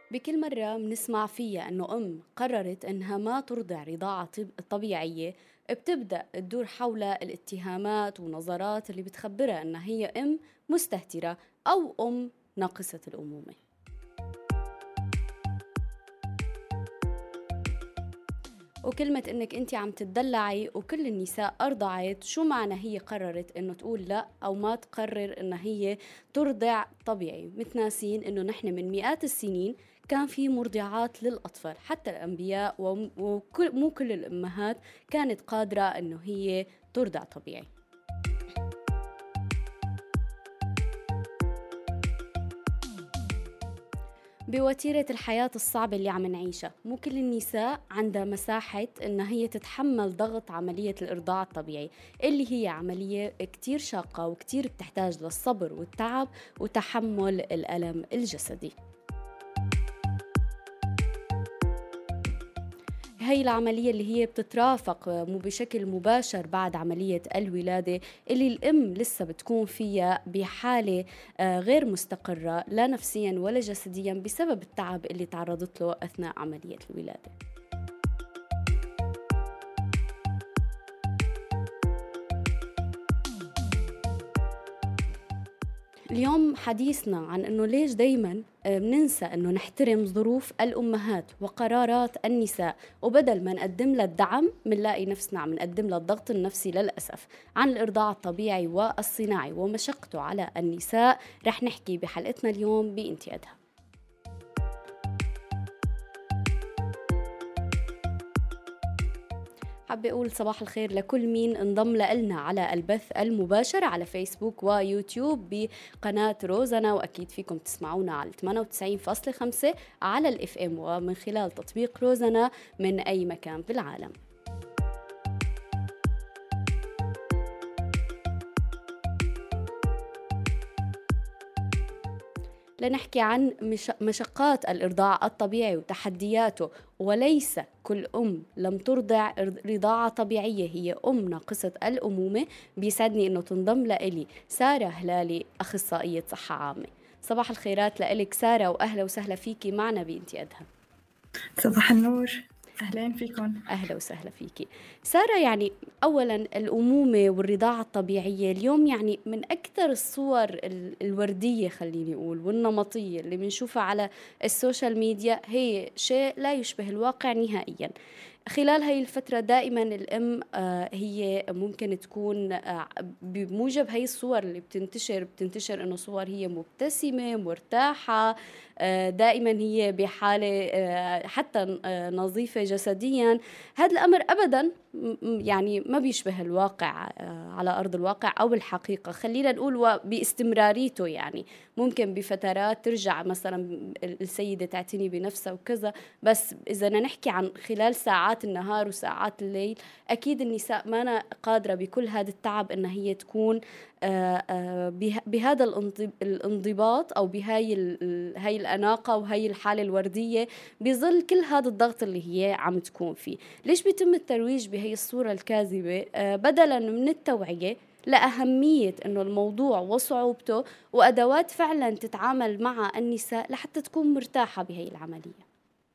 بكل مرة بنسمع فيها أنه أم قررت أنها ما ترضع رضاعة طبيعية، بتبدأ تدور حولها الاتهامات ونظرات اللي بتخبرها أنها هي أم مستهترة أو أم ناقصة الأمومة. وكلمة إنك أنت عم تدلعي وكل النساء أرضعت، شو معنى هي قررت إنه تقول لا أو ما تقرر إنه هي ترضع طبيعي؟ متناسين إنه نحن من مئات السنين كان في مرضعات للأطفال، حتى الأنبياء ومو كل الأمهات كانت قادرة إنه هي ترضع طبيعي. بوتيرة الحياة الصعبة اللي عم نعيشها، مو كل النساء عندها مساحة إنها هي تتحمل ضغط عملية الإرضاع الطبيعي، اللي هي عملية كتير شاقة وكتير بتحتاج للصبر والتعب وتحمل الألم الجسدي. هاي العملية اللي هي بتترافق مو بشكل مباشر بعد عملية الولادة، اللي الأم لسه بتكون فيها بحالة غير مستقرة لا نفسيا ولا جسديا بسبب التعب اللي تعرضت له أثناء عملية الولادة. اليوم حديثنا عن أنه ليش دايما بننسى أنه نحترم ظروف الأمهات وقرارات النساء، وبدل ما نقدم لها الدعم منلاقي نفسنا عم نقدم لها الضغط النفسي للأسف عن الإرضاع الطبيعي والصناعي ومشقته على النساء. رح نحكي بحلقتنا اليوم بامتيازها. حابة أقول صباح الخير لكل مين انضم لنا على البث المباشر على فيسبوك ويوتيوب بقناة روزانا، وأكيد فيكم تسمعونا على 98.5 على الإف إم ومن خلال تطبيق روزانا من أي مكان بالعالم. لنحكي عن مشقات الإرضاع الطبيعي وتحدياته، وليس كل أم لم ترضع رضاعة طبيعية هي أم ناقصة الأمومة. بيسعدني أنه تنضم لإلي سارة هلالي، أخصائية صحة عامة. صباح الخيرات لإلك سارة، وأهلا وسهلا فيكي معنا بانتي أدهم. صباح النور، أهلين فيكم. أهلا وسهلا فيكي سارة. يعني أولا الأمومة والرضاعة الطبيعية اليوم يعني من أكثر الصور الوردية خليني أقول والنمطية اللي بنشوفها على السوشيال ميديا، هي شيء لا يشبه الواقع نهائيا. خلال هاي الفترة دائما الأم هي ممكن تكون بموجب هاي الصور اللي بتنتشر إنه صور هي مبتسمة مرتاحة، دائما هي بحالة حتى نظيفة جسديا. هذا الأمر أبدا يعني ما بيشبه الواقع على أرض الواقع أو الحقيقة، خلينا نقول وباستمراريته. يعني ممكن بفترات ترجع مثلا السيدة تعتني بنفسها وكذا، بس إذا نحكي عن خلال ساعات النهار وساعات الليل، أكيد النساء ما قادرة بكل هذا التعب إن هي تكون بهذا الانضباط أو هاي الأناقة وهي الحالة الوردية بظل كل هذا الضغط اللي هي عم تكون فيه. ليش بيتم الترويج بهي الصورة الكاذبة بدلا من التوعية لأهمية إنه الموضوع وصعوبته وأدوات فعلا تتعامل مع النساء لحتى تكون مرتاحة بهي العملية؟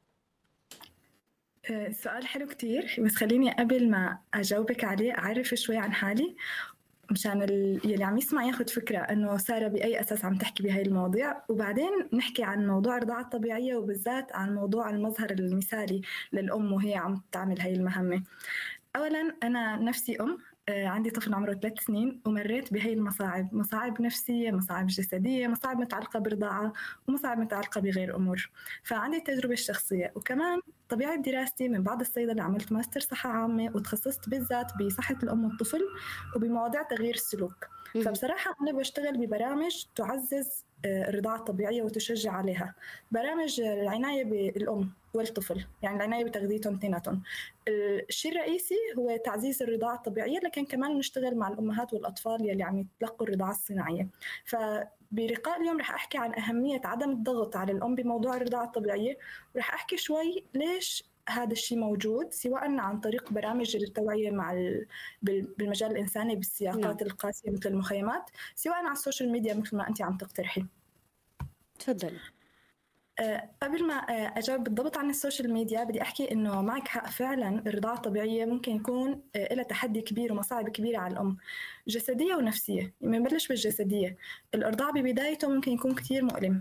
سؤال حلو كتير، بس خليني قبل ما أجاوبك عليه أعرف شوي عن حالي مشان يلي عم يسمع ياخد فكرة إنه سارة بأي أساس عم تحكي بهاي المواضيع، وبعدين نحكي عن موضوع الرضاعة الطبيعية وبالذات عن موضوع المظهر المثالي للأم وهي عم تعمل هاي المهمة. أولاً أنا نفسي أم، عندي طفل عمره 3 سنين ومريت بهاي المصاعب، مصاعب نفسية، مصاعب جسدية، مصاعب متعلقة برضاعة، ومصاعب متعلقة بغير أمور. فعندي التجربة الشخصية، وكمان طبيعة دراستي من بعد الصيدلة عملت ماستر صحة عامة وتخصصت بالذات بصحة الأم والطفل وبمواضيع تغيير السلوك. فبصراحة أنا بشتغل ببرامج تعزز الرضاعة الطبيعية وتشجع عليها، برامج العناية بالأم والطفل، يعني العناية بتغذيتهم اثنيناتهم. الشيء الرئيسي هو تعزيز الرضاعة الطبيعية، لكن كمان نشتغل مع الأمهات والأطفال يلي عم يتلقوا الرضاعة الصناعية. فبلقاء اليوم رح أحكي عن أهمية عدم الضغط على الأم بموضوع الرضاعة الطبيعية، ورح أحكي شوي ليش هذا الشيء موجود، سواء عن طريق برامج التوعية بالمجال الإنساني بالسياقات القاسية مثل المخيمات، سواء على السوشيال ميديا مثل ما أنت عم تقترحي. تفضلي. قبل ما أجاوب بالضبط عن السوشيال ميديا، بدي أحكي إنه معك حق فعلا. الرضاعة الطبيعية ممكن يكون لها تحدي كبير ومصاعب كبيرة على الأم، جسدية ونفسية. يعني بنبلش بالجسدية. الإرضاع ببدايته ممكن يكون كتير مؤلم.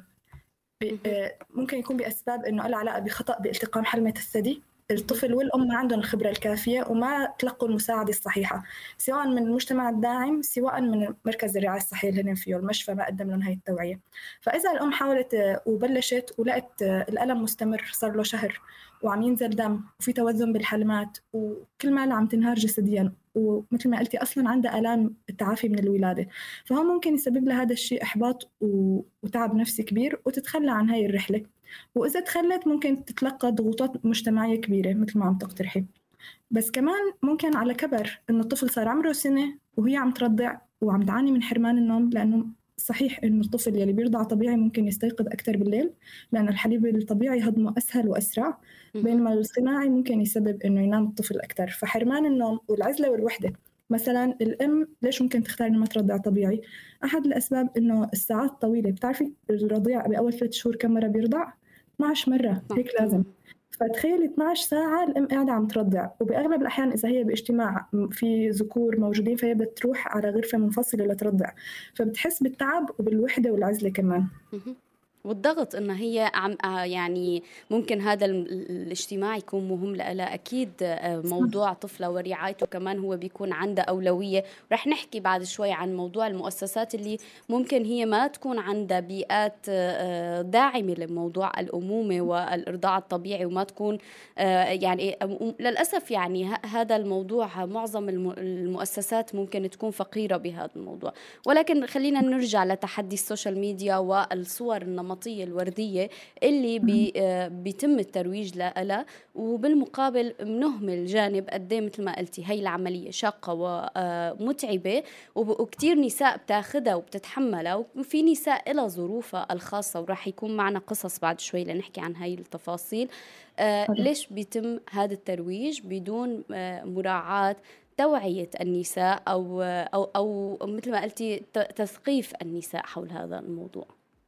مهم. ممكن يكون بأسباب إنه له علاقة بخطأ بالتقام حلمة الثدي. مهم. الطفل والأم ما عندهم الخبرة الكافية وما تلقوا المساعدة الصحيحة، سواء من المجتمع الداعم سواء من مركز الرعاية الصحية اللي هن فيه، المشفى ما قدم لهم هاي التوعية. فإذا الأم حاولت وبلشت ولقت الألم مستمر صار له شهر وعم ينزل دم وفي توزن بالحلمات وكل ما عم تنهار جسديا، ومثل ما قلتي أصلا عندها آلام التعافي من الولادة، فهو ممكن يسبب لها هذا الشيء إحباط وتعب نفسي كبير وتتخلى عن هاي الرحلة. وإذا تخلت ممكن تتلقى ضغوطات مجتمعية كبيرة مثل ما عم تقترحي. بس كمان ممكن على كبر إنه الطفل صار عمره سنة وهي عم ترضع وعم تعاني من حرمان النوم، لأنه صحيح إنه الطفل يلي بيرضع طبيعي ممكن يستيقظ أكثر بالليل لأن الحليب الطبيعي هضمه أسهل وأسرع، مهم. بينما الصناعي ممكن يسبب إنه ينام الطفل أكثر. فحرمان النوم والعزلة والوحدة. مثلا الأم ليش ممكن تختار إنه ما ترضع طبيعي؟ أحد الأسباب إنه الساعات طويلة. بتعرفي الرضيع بأول 3 شهور كم مرة بيرضع؟ 12 مرة، هيك لازم. تمام. فتخيلي 12 ساعة الأم قاعدة عم ترضع، وبأغلب الأحيان إذا هي باجتماع في ذكور موجودين فهي بدها تروح على غرفة منفصلة لترضع، فبتحس بالتعب وبالوحدة والعزلة كمان. مهم. والضغط انه هي عم يعني ممكن هذا الاجتماع يكون مهم لها اكيد. موضوع طفلة ورعايته كمان هو بيكون عنده أولوية. رح نحكي بعد شوي عن موضوع المؤسسات اللي ممكن هي ما تكون عندها بيئات داعمة لموضوع الأمومة والإرضاع الطبيعي، وما تكون يعني للأسف يعني هذا الموضوع معظم المؤسسات ممكن تكون فقيرة بهذا الموضوع. ولكن خلينا نرجع لتحدي السوشيال ميديا والصور النمطية الوردية اللي بيتم الترويج لها، وبالمقابل بنهمل جانب قد ايه مثل ما قلتي هي العملية شاقة ومتعبة، وكتير نساء بتاخدها وبتتحملها، وفي نساء لها ظروفها الخاصة، وراح يكون معنا قصص بعد شوي لنحكي عن هاي التفاصيل. حلو. ليش بيتم هذا الترويج بدون مراعاة توعية النساء أو مثل ما قلتي تثقيف النساء حول هذا الموضوع؟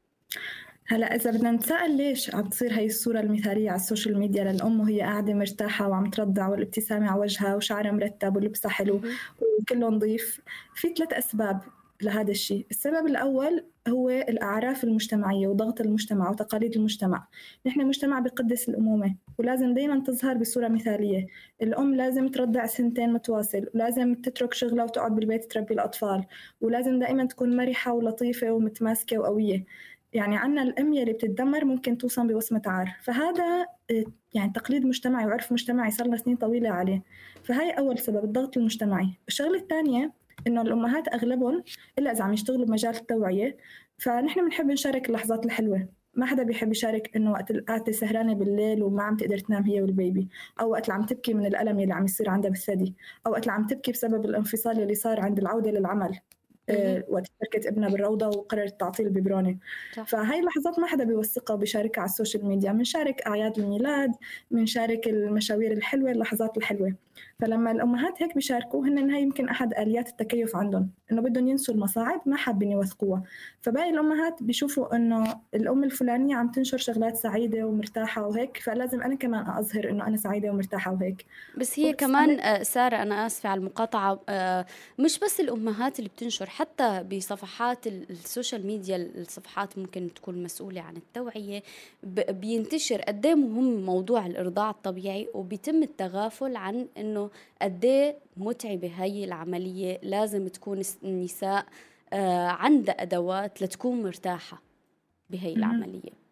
هلا إذا بدنا نتساءل ليش عم تصير هاي الصورة المثالية على السوشيال ميديا للأم وهي قاعدة مرتاحة وعم ترضع والابتسامة على وجهها وشعرها مرتب ولبسها حلو مهم. وكله نظيف، في 3 أسباب لهذا الشيء. السبب الأول هو الأعراف المجتمعية وضغط المجتمع وتقاليد المجتمع. نحن مجتمع بقدس الأمومة ولازم دايما تظهر بصورة مثالية. الأم لازم ترضع 2 متواصل، ولازم تترك شغلها وتقعد بالبيت تربي الأطفال، ولازم دائما تكون مرحة ولطيفة ومتماسكة وقوية. يعني عنا الأم يلي بتتدمر ممكن توصل بوصمة عار. فهذا يعني تقليد مجتمعي وعرف مجتمعي صار لنا سنين طويلة عليه. فهاي أول سبب، الضغط المجتمعي. الشغلة الثانية إنه الأمهات أغلبهم إلا إذا عم يشتغلوا بمجال التوعية، فنحن بنحب نشارك اللحظات الحلوة. ما حدا بيحب يشارك إنه وقت القعدة سهرانة بالليل وما عم تقدر تنام هي والبيبي، أو وقت اللي عم تبكي من الألم اللي عم يصير عندها بالثدي، أو وقت اللي عم تبكي بسبب الانفصال اللي صار عند العودة للعمل. مهم. وقت تركت ابنها بالروضة وقررت تعطيه الببرونة. صح. فهاي اللحظات ما حدا بيوثقها وبيشاركها على السوشيال ميديا. بنشارك أعياد الميلاد، بنشارك المشاوير الحلوة، اللحظات الحلوة. فلما الأمهات هيك بيشاركوا هن هاي يمكن أحد آليات التكيف عندهم، إنه بدهم ينسوا المصاعب ما حابين يوثقوها. فباقي الأمهات بيشوفوا إنه الأم الفلانية عم تنشر شغلات سعيدة ومرتاحة وهيك، فلازم أنا كمان أظهر إنه أنا سعيدة ومرتاحة وهيك. بس هي وبتصير كمان سارة، أنا آسفة على المقاطعة، مش بس الأمهات اللي بتنشر، حتى بصفحات السوشيال ميديا الصفحات ممكن تكون مسؤولة عن التوعية، بينتشر قد ايه مهم موضوع الإرضاع الطبيعي، وبيتم التغافل عن إنه قد ايه متعبة هاي العملية. لازم تكون النساء عندها أدوات لتكون مرتاحة بهاي العملية.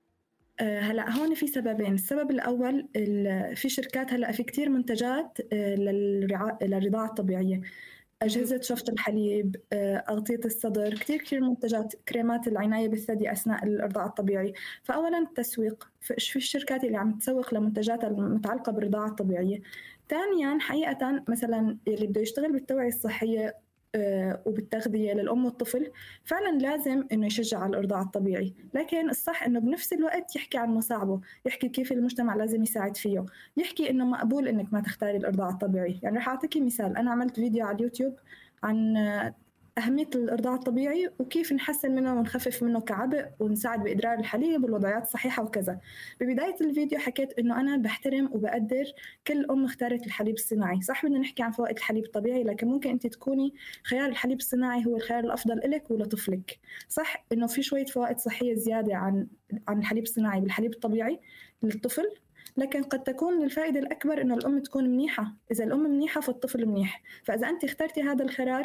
هلا هون في سببين. السبب الاول في شركات هلا في كتير منتجات للرضاعه الطبيعيه، مهم. أجهزة شفط الحليب، أغطية الصدر، كتير منتجات، كريمات العناية بالثدي أثناء الإرضاع الطبيعي. فأولا التسويق، في الشركات اللي عم تسوق لمنتجاتها المتعلقة بالرضاعة الطبيعية. ثانيا حقيقة مثلا اللي بده يشتغل بالتوعية الصحية وبالتغذية للأم والطفل فعلا لازم إنه يشجع على الإرضاع الطبيعي، لكن الصح إنه بنفس الوقت يحكي عن مصاعبه، يحكي كيف المجتمع لازم يساعد فيه، يحكي إنه مقبول إنك ما تختاري الإرضاع الطبيعي. يعني رح أعطيكي مثال. أنا عملت فيديو على اليوتيوب عن أهمية الإرضاع الطبيعي وكيف نحسن منه ونخفف منه كعبء ونساعد بإدرار الحليب والوضعيات الصحيحة وكذا. ببداية الفيديو حكيت إنه أنا بحترم وبقدر كل أم اختارت الحليب الصناعي. صح بدنا نحكي عن فوائد الحليب الطبيعي، لكن ممكن أنت تكوني خيار الحليب الصناعي هو الخيار الأفضل لك ولطفلك. صح إنه في شوية فوائد صحية زيادة عن الحليب الصناعي بالحليب الطبيعي للطفل، لكن قد تكون الفائدة الأكبر إنه الأم تكون منيحة. إذا الأم منيحة فالطفل منيح. فإذا أنت اخترتي هذا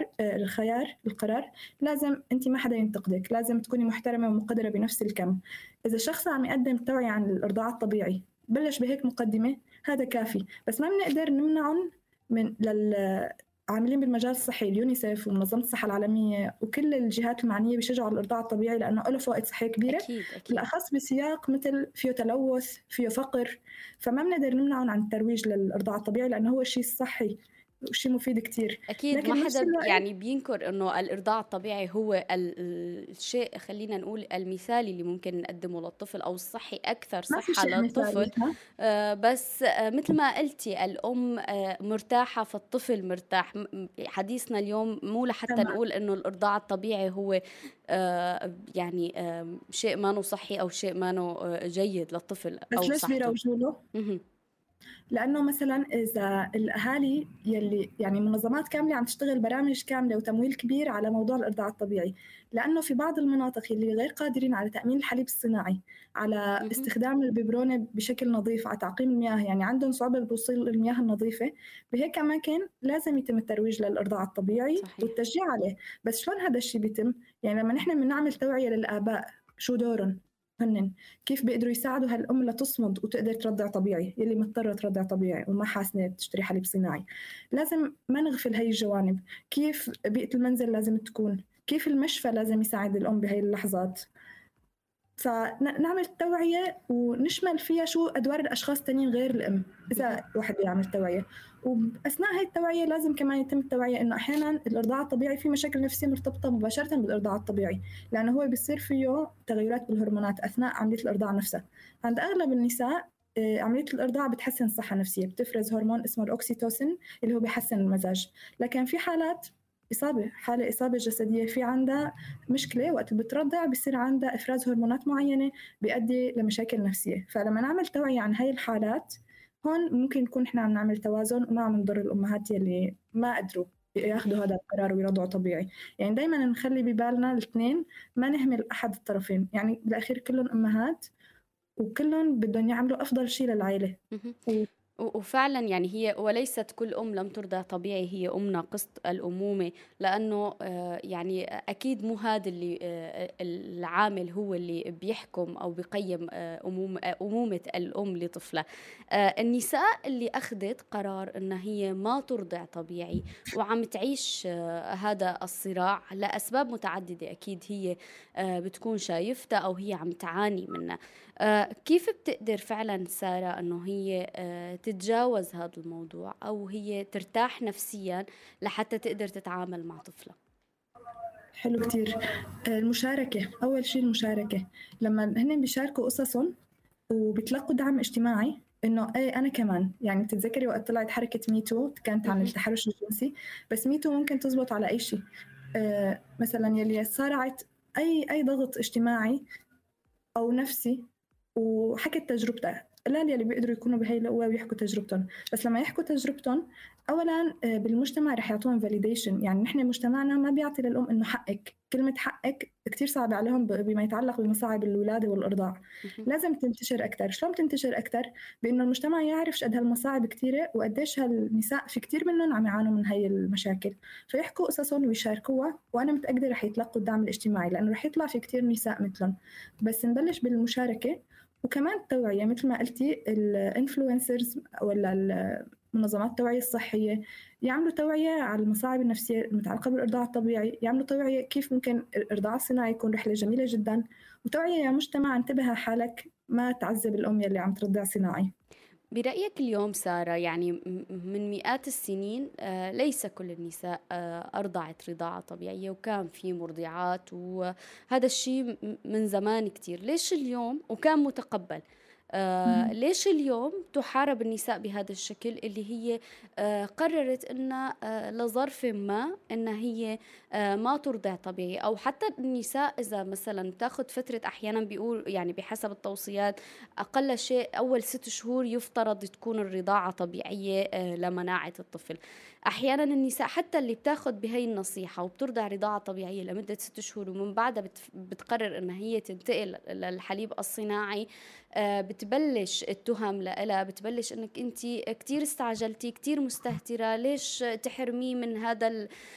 القرار لازم أنت ما حدا ينتقدك، لازم تكوني محترمة ومقدرة بنفس الكم. إذا الشخص عم يقدم توعية عن الإرضاع الطبيعي بلش بهيك مقدمة هذا كافي، بس ما بنقدر نمنعهم من عاملين بالمجال الصحي، اليونيسيف ومنظمة الصحة العالمية وكل الجهات المعنية بيشجعوا الإرضاع الطبيعي لأنه له فوائد صحية كبيرة. أكيد بالأخص بسياق مثل فيه تلوث فيه فقر، فما بنقدر نمنعهم عن الترويج للإرضاع الطبيعي لأنه هو شيء صحي وشيء مفيد كتير. أكيد، ما لكن نفس حدا الوقت يعني بينكر إنه الإرضاع الطبيعي هو الشيء، خلينا نقول المثالي اللي ممكن نقدمه للطفل، أو الصحي أكثر ما في صحة شيء للطفل. مثالي. بس مثل ما قلتي الأم مرتاحة فالطفل مرتاح. حديثنا اليوم مو لحتى تمام، نقول إنه الإرضاع الطبيعي هو يعني شيء ما صحي أو شيء ما جيد للطفل بس أو ليش صحته. بيروجوا له؟ مهم. لأنه مثلا إذا الأهالي يلي يعني منظمات كاملة عم تشتغل برامج كاملة وتمويل كبير على موضوع الإرضاع الطبيعي، لأنه في بعض المناطق يلي غير قادرين على تأمين الحليب الصناعي، على مهم. استخدام الببرونة بشكل نظيف، على تعقيم المياه، يعني عندهم صعوبة بالوصول للمياه النظيفة، بهيك أماكن لازم يتم الترويج للإرضاع الطبيعي صحيح. والتشجيع عليه. بس شلون هذا الشيء بيتم؟ يعني لما نحن بنعمل توعية للآباء شو دورهم هن، كيف بيقدروا يساعدوا هالأم لتصمد وتقدر ترضع طبيعي، يلي مضطرة ترضع طبيعي وما حاسنة تشتري حليب صناعي. لازم ما نغفل هاي الجوانب. كيف بيئة المنزل لازم تكون، كيف المشفى لازم يساعد الأم بهاي اللحظات. فنعمل توعية ونشمل فيها شو أدوار الأشخاص التانيين غير الأم إذا واحد بيعمل توعية. وأثناء هاي التوعية لازم كمان يتم التوعية إنه أحياناً الإرضاع الطبيعي في مشاكل نفسية مرتبطة مباشرة بالإرضاع الطبيعي، لأنه هو بيصير فيه تغيرات بالهرمونات أثناء عملية الإرضاع نفسها. عند أغلب النساء عملية الإرضاع بتحسن الصحة النفسية، بتفرز هرمون اسمه الأوكسيتوسين اللي هو بيحسن المزاج. لكن في حالات حالة إصابة جسدية، في عندها مشكلة وقت بترضع بصير عندها إفراز هرمونات معينة بيؤدي لمشاكل نفسية. فلما نعمل توعية عن هاي الحالات هون ممكن نكون إحنا عم نعمل توازن وما عم نضر الأمهات يلي ما قدروا ياخذوا هذا القرار ويرضعوا طبيعي. يعني دايما نخلي ببالنا الاثنين، ما نهمل أحد الطرفين. يعني بالأخير كلهم أمهات وكلهم بدهم يعملوا أفضل شيء للعائلة. مهم. وفعلا يعني هي وليست كل أم لم ترضع طبيعي هي أم ناقصة الأمومة، لأنه يعني أكيد مو هذا اللي العامل هو اللي بيحكم أو بيقيم أمومة الأم لطفلة. النساء اللي أخذت قرار أنها هي ما ترضع طبيعي وعم تعيش هذا الصراع لأسباب متعددة، أكيد هي بتكون شايفتها أو هي عم تعاني منها. كيف بتقدر فعلا سارة أنه هي تتجاوز هذا الموضوع أو هي ترتاح نفسيا لحتى تقدر تتعامل مع طفلة؟ حلو كتير. المشاركة، أول شيء المشاركة. لما هن بيشاركوا قصصهم وبتلقوا دعم اجتماعي انه ايه انا كمان. يعني بتتذكري وقت طلعت حركه ميتو كانت عن مهم. التحرش الجنسي، بس ميتو ممكن تزبط على اي شيء. مثلا يلي صارعت اي ضغط اجتماعي او نفسي وحكت تجربتها. قلال يلي بيقدروا يكونوا بهي القوة ويحكوا تجربتهم، بس لما يحكوا تجربتهم أولا بالمجتمع رح يعطوهم فاليديشن. يعني نحن مجتمعنا ما بيعطي للأم إنه حقك، كلمة حقك كتير صعبة عليهم بما يتعلق بمصاعب الولادة والإرضاع. مهم. لازم تنتشر أكتر. شلون تنتشر أكتر؟ بإنه المجتمع يعرف شقد هالمصاعب كتيرة وقديش هالنساء في كتير منهم عم يعانوا من هاي المشاكل، فيحكوا قصصهم ويشاركوها. وأنا متأكدة رح يتلقوا الدعم الاجتماعي لأنه رح يطلع في كتير نساء مثلهم. بس نبلش بالمشاركة وكمان التوعية مثل ما قلتي. الانفلونسرز ولا منظمات التوعية الصحية يعملوا توعية على المصاعب النفسية المتعلقة بالإرضاع الطبيعي، يعملوا توعية كيف ممكن الإرضاع الصناعي يكون رحلة جميلة جدا، وتوعية يا مجتمع انتبه حالك ما تعذب الأم يلي عم ترضع صناعي. برأيك اليوم سارة، يعني من مئات السنين ليس كل النساء أرضعت رضاعة طبيعية وكان في مرضعات، وهذا الشيء من زمان كتير. ليش اليوم وكان متقبل مهم. ليش اليوم تحارب النساء بهذا الشكل اللي هي قررت أن لظرف ما أن هي ما ترضع طبيعي، أو حتى النساء إذا مثلا تاخذ فترة، أحيانا بيقول يعني بحسب التوصيات أقل شيء أول 6 شهور يفترض تكون الرضاعة طبيعية لمناعة الطفل. أحيانا النساء حتى اللي بتاخذ بهي النصيحة وبترضع رضاعة طبيعية لمدة 6 شهور ومن بعدها بتقرر أن هي تنتقل للحليب الصناعي، بتبلش التهم لها، بتبلش انك انت كتير استعجلتي، كتير مستهترة، ليش تحرميه من هذا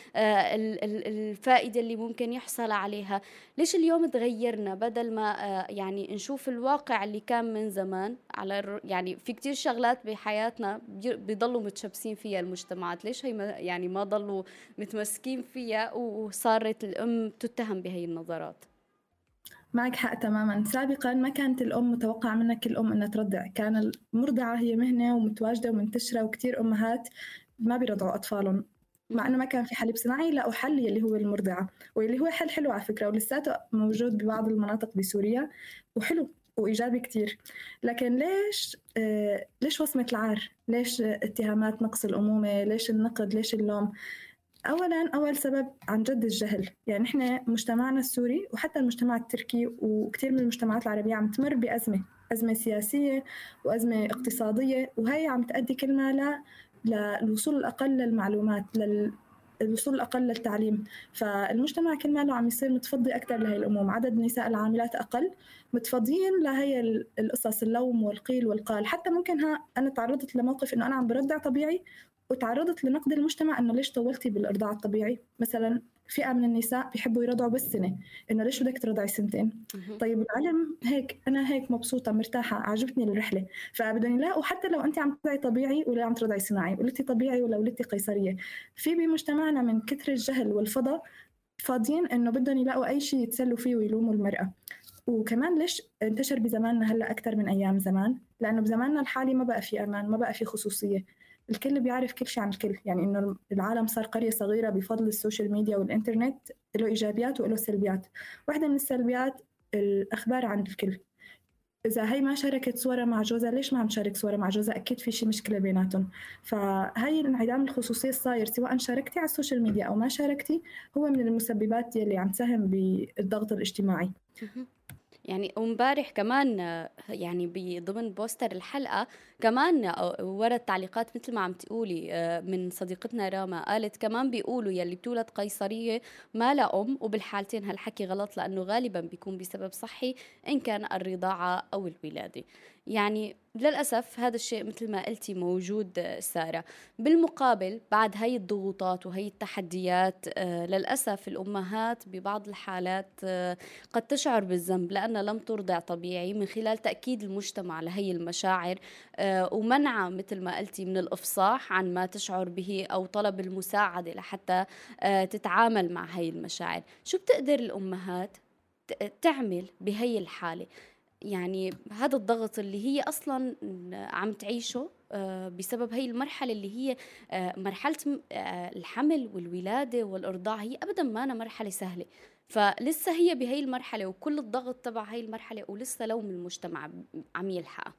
الفائدة اللي ممكن يحصل عليها. ليش اليوم تغيرنا بدل ما يعني نشوف الواقع اللي كان من زمان على يعني في كتير شغلات بحياتنا بيضلوا متشبسين فيها المجتمعات، ليش هي يعني ما ضلوا متمسكين فيها وصارت الأم تتهم بهي النظرات. معك حق تماما. سابقا ما كانت الأم متوقع منها كل أم أنها ترضع، كان المرضعة هي مهنة ومتواجدة ومنتشرة، وكتير أمهات ما بيرضعوا أطفالهم مع مهم. انه ما كان في حليب صناعي، لقوا حل يلي هو المرضعه، واللي هو حل حلو على فكره، ولساته موجود ببعض المناطق بسوريا وحلو وايجابي كتير. لكن ليش وصمه العار؟ ليش اتهامات نقص الامومه؟ ليش النقد؟ ليش اللوم؟ اولا اول سبب عن جد الجهل. يعني احنا مجتمعنا السوري وحتى المجتمع التركي وكثير من المجتمعات العربيه عم تمر بازمه سياسيه وازمه اقتصاديه، وهي عم تؤدي كلمه للوصول الأقل للمعلومات، الوصول الأقل للتعليم. فالمجتمع كل ما عم يصير متفضي أكثر لهي الأمور، عدد النساء العاملات أقل، متفضيين لهي القصص، اللوم والقيل والقال. حتى ممكن أنا تعرضت لموقف إنه أنا عم برضع طبيعي وتعرضت لنقد المجتمع إنه ليش طولتي بالإرضاع الطبيعي. مثلا فئة من النساء بيحبوا يرضعوا بس سنة، إنه ليش بدك ترضعي سنتين؟ مهم. طيب العلم هيك، أنا هيك مبسوطة مرتاحة عجبتني الرحلة. فبدهم يلاقوا حتى لو أنت عم ترضعي طبيعي ولا عم ترضعي صناعي، ولدتي طبيعي ولا ولدتي قيصرية. في بمجتمعنا من كثر الجهل والفضا فاضيين إنه بدهم يلاقوا أي شيء يتسلوا فيه ويلوموا المرأة. وكمان ليش انتشر بزماننا هلا أكثر من أيام زمان؟ لأنه بزماننا الحالي ما بقى في أمان، ما بقى في خصوصية، الكل بيعرف كل شيء عن الكل. يعني إنه العالم صار قرية صغيرة بفضل السوشيال ميديا والإنترنت، له إيجابيات وله سلبيات. واحدة من السلبيات الأخبار عند الكل. إذا هي ما شاركت صورة مع جوزها، ليش ما عم تشارك صورة مع جوزها؟ أكيد في شيء مشكلة بيناتهم. فهي انعدام الخصوصية الصاير سواء شاركتي على السوشيال ميديا أو ما شاركتي هو من المسببات يلي عم تساهم بالضغط الاجتماعي. مهم. يعني ومبارح كمان يعني ضمن بوستر الحلقة كمان ورد تعليقات مثل ما عم تقولي من صديقتنا راما، قالت كمان بيقولوا يلي بتولد قيصرية ما لا أم، وبالحالتين هالحكي غلط لأنه غالبا بيكون بسبب صحي إن كان الرضاعة أو الولادة. يعني للأسف هذا الشيء مثل ما قلتي موجود سارة. بالمقابل بعد هاي الضغوطات وهي التحديات للأسف الأمهات ببعض الحالات قد تشعر بالذنب لأنها لم ترضع طبيعي، من خلال تأكيد المجتمع لهي المشاعر ومنعها مثل ما قلتي من الإفصاح عن ما تشعر به أو طلب المساعدة لحتى تتعامل مع هي المشاعر. شو بتقدر الأمهات تعمل بهي الحالة؟ يعني هذا الضغط اللي هي أصلا عم تعيشه بسبب هي المرحلة اللي هي مرحلة الحمل والولادة والإرضاع، هي أبدا ما أنا مرحلة سهلة. فلسه هي بهي المرحلة وكل الضغط تبع هي المرحلة ولسه لوم المجتمع عم يلحقها.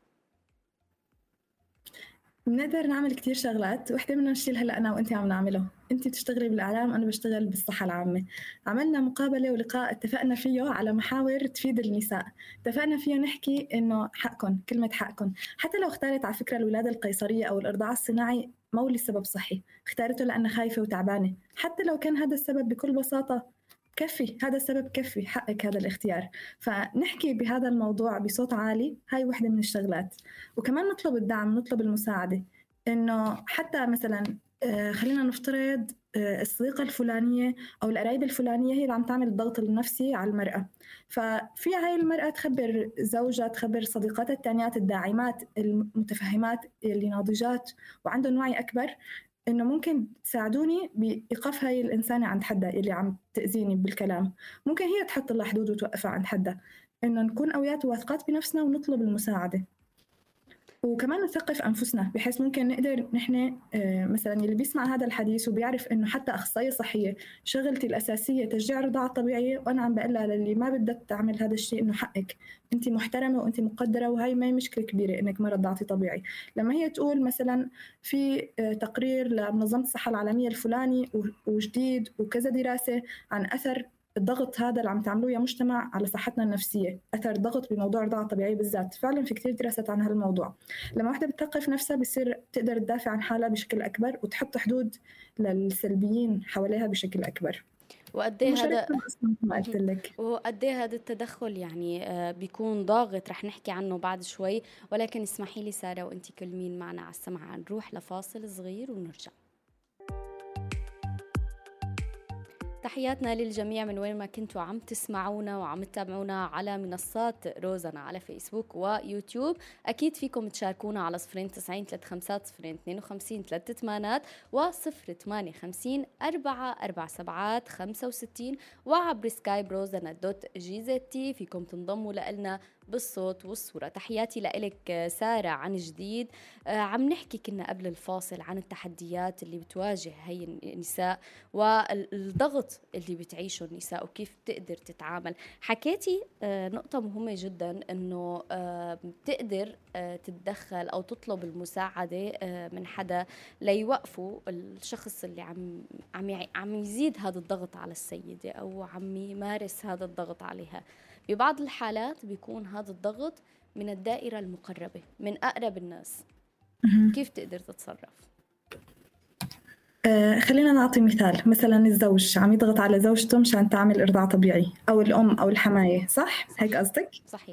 بنقدر نعمل كتير شغلات، وحدة منهم الشيء اللي هلا أنا وأنت عم نعمله. أنت بتشتغلي بالإعلام، أنا بشتغل بالصحة العامة. عملنا مقابلة ولقاء اتفقنا فيه على محاور تفيد النساء. اتفقنا فيه نحكي إنه حقكم، كلمة حقكم، حتى لو اختارت على فكرة الولادة القيصرية أو الإرضاع الصناعي مو لسبب صحي، اختارته لأنها خايفة وتعبانة، حتى لو كان هذا السبب بكل بساطة كفي، هذا السبب كفي، حقك هذا الاختيار. فنحكي بهذا الموضوع بصوت عالي، هاي وحدة من الشغلات. وكمان نطلب الدعم، نطلب المساعدة. إنه حتى مثلا خلينا نفترض الصديقة الفلانية أو القرايبة الفلانية هي اللي عم تعمل الضغط النفسي على المرأة، ففيها هاي المرأة تخبر زوجها، تخبر صديقاتها التانيات الداعمات المتفهمات اللي ناضجات وعندهم وعي أكبر، إنه ممكن تساعدوني بإيقاف هاي الإنسانة عند حدها اللي عم تأذيني بالكلام. ممكن هي تحط لها حدود وتوقفها عند حدها. إنه نكون أويات واثقات بنفسنا ونطلب المساعدة. وكمان نثقف أنفسنا بحيث ممكن نقدر نحن مثلا اللي بيسمع هذا الحديث وبيعرف إنه حتى أخصائية صحية شغلتي الأساسية تشجيع الرضاعة الطبيعية، وأنا عم بقول لها للي ما بدها تعمل هذا الشيء إنه حقك، أنت محترمة وأنت مقدرة، وهي ما هي مشكلة كبيرة إنك ما رضعتي طبيعي. لما هي تقول مثلا في تقرير لمنظمة الصحة العالمية الفلاني وجديد وكذا دراسة عن أثر الضغط هذا اللي عم تعملوه يا مجتمع على صحتنا النفسية، أثر الضغط بموضوع الرضاعة الطبيعية بالذات، فعلا في كتير دراسات عن هالموضوع. لما واحدة بتثقف نفسها بصير تقدر تدافع عن حالها بشكل أكبر وتحط حدود للسلبيين حواليها بشكل أكبر. وقد ايه هذا ما قلت لك، وقد ايه هذا التدخل يعني بيكون ضاغط، رح نحكي عنه بعد شوي. ولكن اسمحي لي سارة وانتي كل مين معنا على السمع، نروح لفاصل صغير ونرجع. تحياتنا للجميع من وين ما كنتوا عم تسمعونا وعم تتابعونا على منصات روزانا على فيسبوك ويوتيوب. أكيد فيكم تشاركونا على 093505238 و058 وعبر سكايب روزانا .gzt. فيكم تنضموا لنا بالصوت والصورة. تحياتي لإلك سارة عن جديد. عم نحكي كنا قبل الفاصل عن التحديات اللي بتواجه هي النساء والضغط اللي بتعيشه النساء وكيف بتقدر تتعامل. حكيتي نقطة مهمة جدا انه بتقدر تتدخل او تطلب المساعدة من حدا ليوقفوا الشخص اللي عم يزيد هذا الضغط على السيدة او عم يمارس هذا الضغط عليها. ببعض الحالات بيكون هذا الضغط من الدائرة المقربة من أقرب الناس. كيف تقدر تتصرف؟ خلينا نعطي مثال. مثلا الزوج عم يضغط على زوجته مشان تعمل إرضاع طبيعي، أو الأم أو الحماية، صح؟ هيك قصدك؟ صحيح.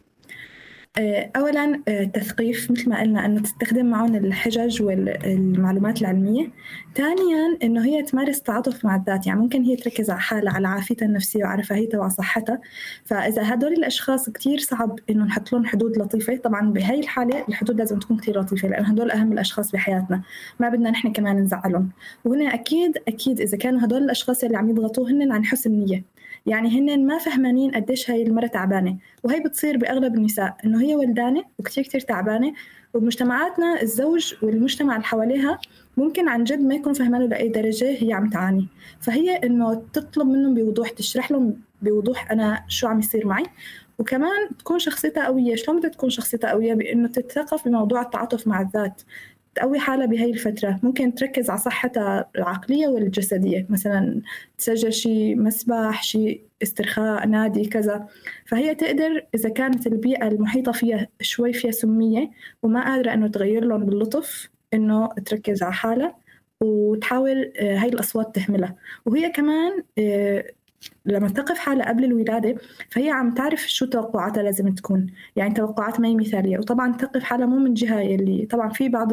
أولاً تثقيف مثل ما قلنا أنه تستخدم معهم الحجج والمعلومات العلمية. ثانياً أنه هي تمارس تعاطف مع الذات، يعني ممكن هي تركز على حالها، على عافيتها النفسية وعلى رفاهيتها وعلى صحتها. فإذا هدول الأشخاص كتير صعب أنه نحط لهم حدود لطيفة، طبعاً بهاي الحالة الحدود لازم تكون كتير لطيفة لأن هدول أهم الأشخاص بحياتنا، ما بدنا نحن كمان نزعلهم. وهنا أكيد إذا كانوا هدول الأشخاص اللي عم يضغطوه هن عن حسن نية، يعني هن ما فهمانين قديش هاي المرة تعبانة. وهي بتصير بأغلب النساء إنه هي ولدانة وكتير تعبانة، وبمجتمعاتنا الزوج والمجتمع اللي حواليها ممكن عن جد ما يكون فهمانه لأي درجة هي عم تعاني. فهي إنه تطلب منهم بوضوح، تشرح لهم بوضوح أنا شو عم يصير معي، وكمان تكون شخصيتها قوية. شلون بدها تكون شخصيتها قوية؟ بإنه تتثقف بموضوع التعاطف مع الذات، تقوي حالها بهاي الفترة. ممكن تركز على صحتها العقلية والجسدية، مثلا تسجل شيء مسبح، شيء استرخاء، نادي، كذا. فهي تقدر إذا كانت البيئة المحيطة فيها شوي فيها سمية وما قادرة إنه تغير لهم باللطف، إنه تركز على حالها وتحاول هاي الأصوات تهملها. وهي كمان لما تقف حالها قبل الولادة فهي عم تعرف شو توقعاتها لازم تكون، يعني توقعات ما هي مثالية. وطبعا تقف حالها مو من جهة اللي طبعا في بعض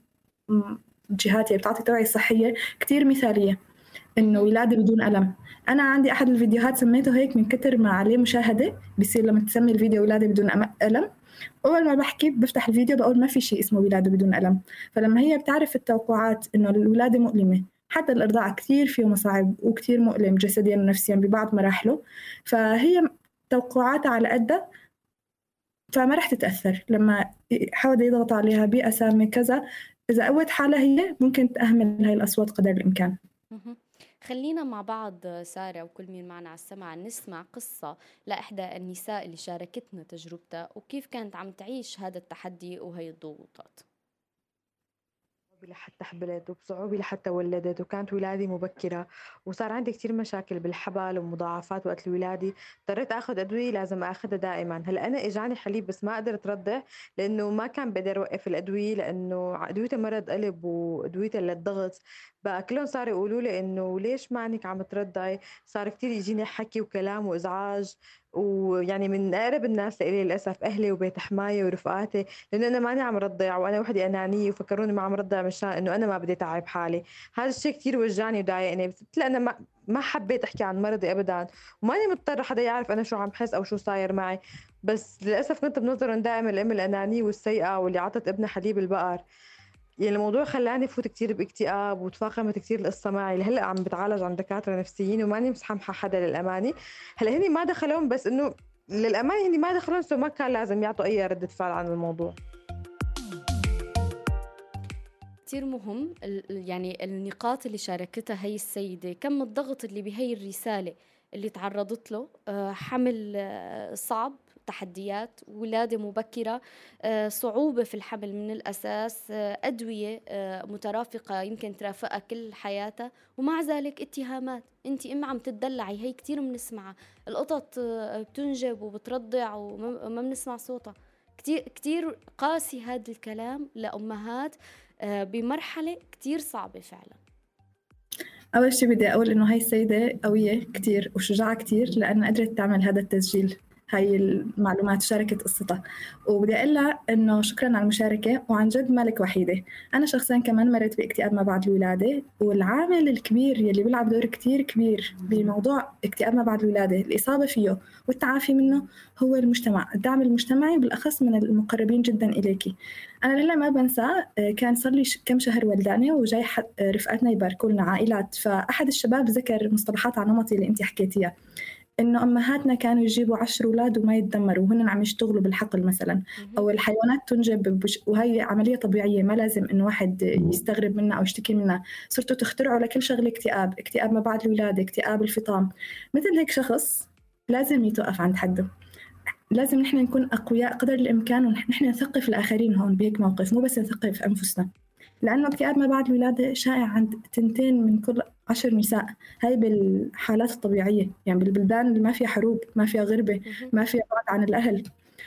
الجهات اللي بتعطي توعية صحية كتير مثالية، إنه ولادة بدون ألم. أنا عندي أحد الفيديوهات سميته هيك من كتر ما عليه مشاهدة، بيصير لما تسمي الفيديو ولادة بدون ألم، أول ما بحكي بفتح الفيديو بقول ما في شيء اسمه ولادة بدون ألم. فلما هي بتعرف التوقعات إنه الولادة مؤلمة، حتى الإرضاع كتير فيه مصاعب وكتير مؤلم جسديا ونفسيا ببعض مراحله، فهي توقعاتها على قدها، فما رح تتأثر لما حاول يضغط عليها بيئة سامة كذا. إذا قوت حالها هي ممكن تأهمل هاي الأصوات قدر الإمكان. خلينا مع بعض سارة وكل مين معنا على السمع نسمع قصة لإحدى النساء اللي شاركتنا تجربتها وكيف كانت عم تعيش هذا التحدي وهي الضغوطات. لحتى حبلت وبصعوبة لحتى ولدت، وكانت ولادي مبكرة وصار عندي كتير مشاكل بالحبل ومضاعفات وقت الولادة. اضطريت أخذ أدوية لازم أخذها دائما. هلا أنا إجاني حليب بس ما قدرت رضع لأنه ما كان بقدر أوقف الأدوية، لأنه أدوية مرض قلب وأدوية للضغط بقى كلهم صاروا يقولوا لي إنه ليش ما عنك عم ترضعي. صار كتير يجيني حكي وكلام وإزعاج، ويعني من أقرب الناس لإلي للأسف أهلي وبيت حماية ورفقاتي، لأنه أنا ماني عم رضع وأنا وحدي أنانية وفكروني ما عم رضع مشان إنه أنا ما بدي تعب حالي. هذا الشيء كتير وجعني وضايقني. بس قلت أنا ما حبيت أحكي عن مرضي أبدا، وماني مضطرة حدا يعرف أنا شو عم بحس أو شو صاير معي. بس للأسف كنت بنظرهم دائما الأم الأنانية والسيئة واللي عطت ابنها حليب البقر. يعني الموضوع خلاني فوت كتير باكتئاب وتفاقمت كتير القصة معي. هلا عم بتعالج عند دكاترة نفسيين وماني مسامحة حدا للأمانة. هلا هني ما دخلون، بس إنه للأمانة هني ما دخلون، سو ما كان لازم يعطوا أي ردة فعل عن الموضوع. كتير مهم يعني النقاط اللي شاركتها هي السيدة، كم الضغط اللي بهي الرسالة اللي تعرضت له، حمل صعب، تحديات، ولادة مبكرة، صعوبة في الحمل من الأساس، أدوية مترافقة يمكن ترافقها كل حياتها، ومع ذلك اتهامات. انت إما عم تدلعي، هي كتير بنسمعها، القطط بتنجب وبترضع وما بنسمع صوتها. كتير كتير قاسي هذا الكلام لأمهات بمرحلة كتير صعبة فعلا. أول شي بدي أقول إنه هاي السيدة قوية كتير وشجاعة كتير لأنها قدرت تعمل هذا التسجيل، هاي المعلومات، شاركت قصتها. وبدي أقول لها إنه شكراً على المشاركة، وعن جد مالك وحيدة. أنا شخصياً كمان مريت باكتئاب ما بعد الولادة، والعامل الكبير يلي بيلعب دور كتير كبير بموضوع اكتئاب ما بعد الولادة، الإصابة فيه والتعافي منه، هو المجتمع، الدعم المجتمعي بالأخص من المقربين جداً إليكي. أنا لهلا ما بنسى، كان صار لي كم شهر ولدانة وجاي رفقاتنا يباركوا لنا عائلات، فأحد الشباب ذكر مصطلحات على نمطي اللي أنت حكيتيها، إنه أمهاتنا كانوا يجيبوا 10 أولاد وما يتدمروا وهن عم يشتغلوا بالحقل مثلا، أو الحيوانات تنجب وهي عملية طبيعية ما لازم إنه واحد يستغرب منها أو يشتكي منها. صرتوا تخترعوا لكل شغلة اكتئاب، اكتئاب ما بعد الولادة، اكتئاب الفطام. مثل هيك شخص لازم يتوقف عند حده. لازم نحن نكون أقوياء قدر الإمكان، ونحن نثقف الآخرين هون بهيك موقف، مو بس نثقف أنفسنا، لأنه اكتئاب ما بعد الولادة شائع عند 2 من كل 10 نساء. هاي بالحالات الطبيعية، يعني بالبلدان اللي ما فيها حروب، ما فيها غربة، ما فيها بعد عن الأهل.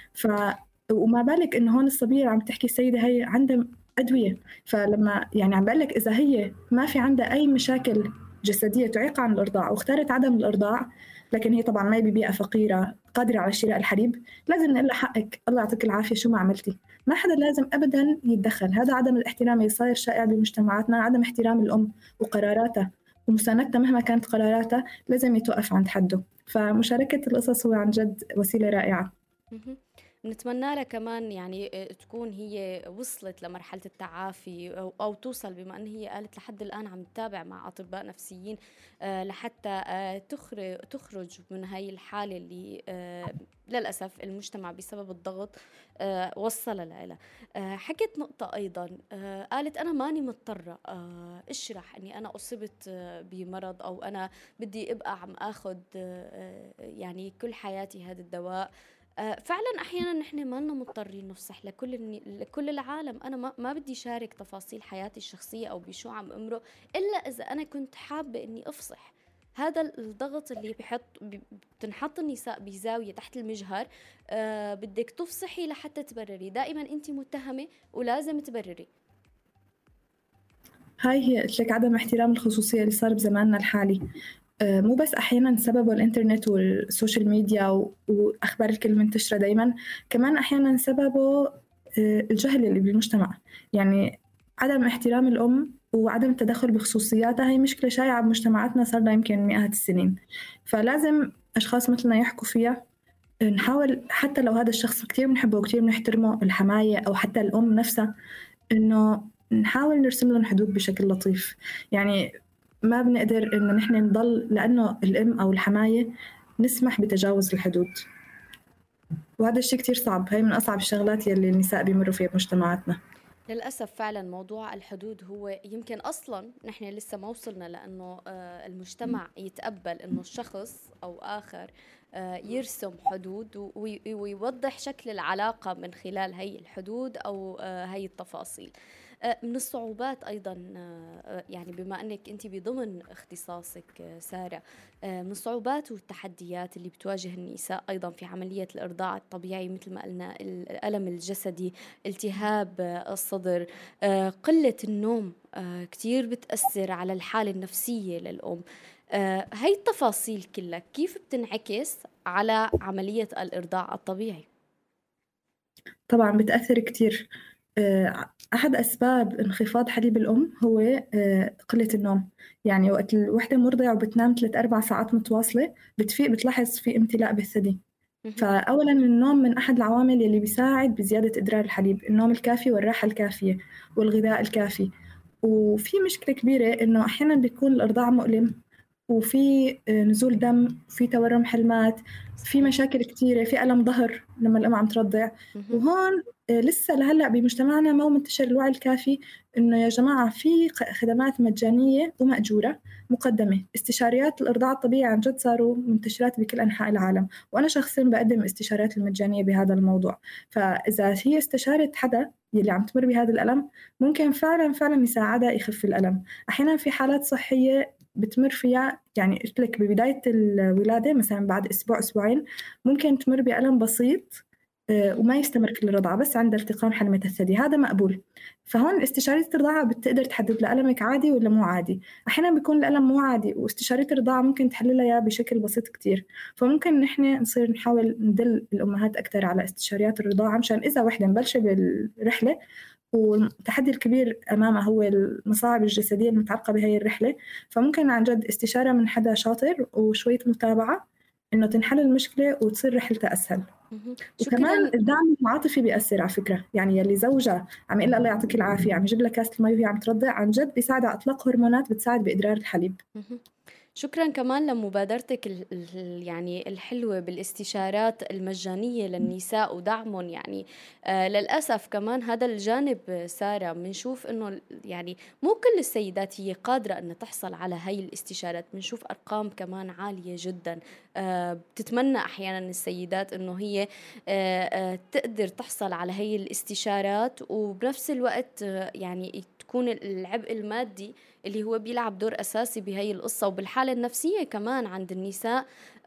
وما بالك إنه هون الصبية اللي عم تحكي السيدة هي عندها أدوية. فلما يعني عم بقول لك إذا هي ما في عندها أي مشاكل جسدية تعيق عن الإرضاع واختارت عدم الإرضاع، لكن هي طبعا ما ببيئة فقيرة قادرة على شراء الحليب، لازم نقول لها حقك، الله يعطيك العافية، شو ما عملتي. ما حدا لازم أبدا يتدخل. هذا عدم الاحترام اللي صاير شائع بمجتمعاتنا، عدم احترام الأم وقراراتها ومساندتها مهما كانت قراراتها، لازم يتوقف عند حده. فمشاركة القصص هو عن جد وسيلة رائعة. نتمنى لها كمان يعني تكون هي وصلت لمرحلة التعافي أو توصل، بما أن هي قالت لحد الآن عم تتابع مع أطباء نفسيين لحتى تخرج من هاي الحالة اللي للأسف المجتمع بسبب الضغط وصل لها. حكت نقطة أيضا، قالت أنا ماني مضطرة أشرح أني أنا أصبت بمرض أو أنا بدي أبقى عم أخذ يعني كل حياتي هذا الدواء. فعلا احيانا نحن ما لنا مضطرين نفصح لكل العالم. انا ما بدي شارك تفاصيل حياتي الشخصيه او بشو عم امرق الا اذا انا كنت حابه اني افصح. هذا الضغط اللي بتنحط النساء بزاويه تحت المجهر، بدك تفصحي لحتى تبرري، دائما انت متهمه ولازم تبرري. هاي هي قلت لك عدم احترام الخصوصيه اللي صار بزماننا الحالي. مو بس أحياناً سببه الإنترنت والسوشيال ميديا وأخبار الكل منتشرة دايماً، كمان أحياناً سببه الجهل اللي بالمجتمع. يعني عدم احترام الأم وعدم التدخل بخصوصياتها هي مشكلة شائعة بمجتمعاتنا صار لها يمكن مئات السنين. فلازم أشخاص مثلنا يحكوا فيها. نحاول حتى لو هذا الشخص كتير بنحبه وكتير بنحترمه، الحماية أو حتى الأم نفسها، إنه نحاول نرسم لهم حدود بشكل لطيف. يعني ما بنقدر إنه نحن نضل لأنه الأم أو الحماية نسمح بتجاوز الحدود، وهذا الشيء كتير صعب. هاي من أصعب الشغلات يلي النساء بيمروا فيها بمجتمعاتنا. للأسف فعلا موضوع الحدود هو يمكن أصلا نحن لسه ما وصلنا لأنه المجتمع يتقبل أنه الشخص أو آخر يرسم حدود ويوضح شكل العلاقة من خلال هاي الحدود أو هاي التفاصيل. من الصعوبات أيضا، يعني بما أنك أنت بضمن اختصاصك سارة، من الصعوبات والتحديات اللي بتواجه النساء أيضا في عملية الإرضاع الطبيعي مثل ما قلنا الألم الجسدي، التهاب الصدر، قلة النوم كتير بتأثر على الحالة النفسية للأم. هاي التفاصيل كلها كيف بتنعكس على عملية الإرضاع الطبيعي؟ طبعا بتأثر كتير. أحد أسباب انخفاض حليب الأم هو قلة النوم. يعني وقت الوحدة مرضعة وبتنام 3-4 ساعات متواصلة بتفيق بتلاحظ في امتلاء بالثدي. فأولاً النوم من أحد العوامل اللي بيساعد بزيادة إدرار الحليب، النوم الكافي والراحة الكافية والغذاء الكافي. وفي مشكلة كبيرة إنه أحياناً بيكون الإرضاع مؤلم، وفي نزول دم، في تورم حلمات، في مشاكل كتيرة، في ألم ظهر لما الأم عم ترضع. وهون لسه لهلأ بمجتمعنا ما هو منتشر الوعي الكافي إنه يا جماعة في خدمات مجانية ومأجورة مقدمة. استشاريات الإرضاع الطبيعي عن جد صاروا منتشرات بكل أنحاء العالم، وأنا شخصيا بقدم استشارات المجانية بهذا الموضوع. فإذا هي استشارة حدا يلي عم تمر بهذا الألم ممكن فعلا فعلا يساعدها يخف الألم. أحيانا في حالات صحية بتمر فيها، يعني قلت لك ببداية الولادة مثلا بعد أسبوع أسبوعين ممكن تمر بألم بسيط وما يستمر كل الرضاعة، بس عند التقام حلمة الثدي هذا مقبول. فهون استشارية الرضاعة بتقدر تحدد لألمك عادي ولا مو عادي. أحيانا بيكون الألم مو عادي واستشارية الرضاعة ممكن تحللها إياه بشكل بسيط كتير. فممكن نحن نصير نحاول ندل الأمهات أكتر على استشاريات الرضاعة مشان إذا وحدة مبلشة بالرحلة والتحدي الكبير أمامها هو المصاعب الجسدية المتعلقة بهاي الرحلة، فممكن عن جد استشارة من حدا شاطر وشوية متابعة إنه تنحل المشكلة وتصير رحلتها أسهل. وكمان شكرا. الدعم العاطفي بيأثر على فكرة، يعني يلي زوجها عم يقول لها الله يعطيك العافية عم يجيب لها كاسة المي وهي عم ترضع عن جد بيساعد على إطلاق هرمونات بتساعد بإدرار الحليب. شكرا كمان لمبادرتك يعني الحلوة بالاستشارات المجانية للنساء ودعمهم. يعني للأسف كمان هذا الجانب سارة بنشوف إنه يعني مو كل السيدات هي قادرة أن تحصل على هاي الاستشارات. بنشوف أرقام كمان عالية جدا. بتتمنى أحيانا السيدات إنه هي تقدر تحصل على هاي الاستشارات، وبنفس الوقت يعني تكون العبء المادي اللي هو بيلعب دور أساسي بهاي القصة، وبالحالة النفسية كمان عند النساء،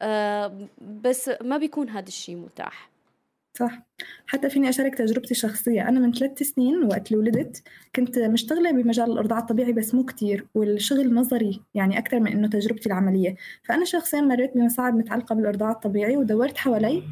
بس ما بيكون هذا الشيء متاح. صح. حتى فيني أشارك تجربتي الشخصية. أنا من 3 سنين وقت اللي ولدت كنت مشتغلة بمجال الإرضاع الطبيعي بس مو كتير، والشغل نظري يعني أكثر من إنه تجربتي العملية. فأنا شخصيا مريت بمصاعب متعلقة بالإرضاع الطبيعي ودورت حوالي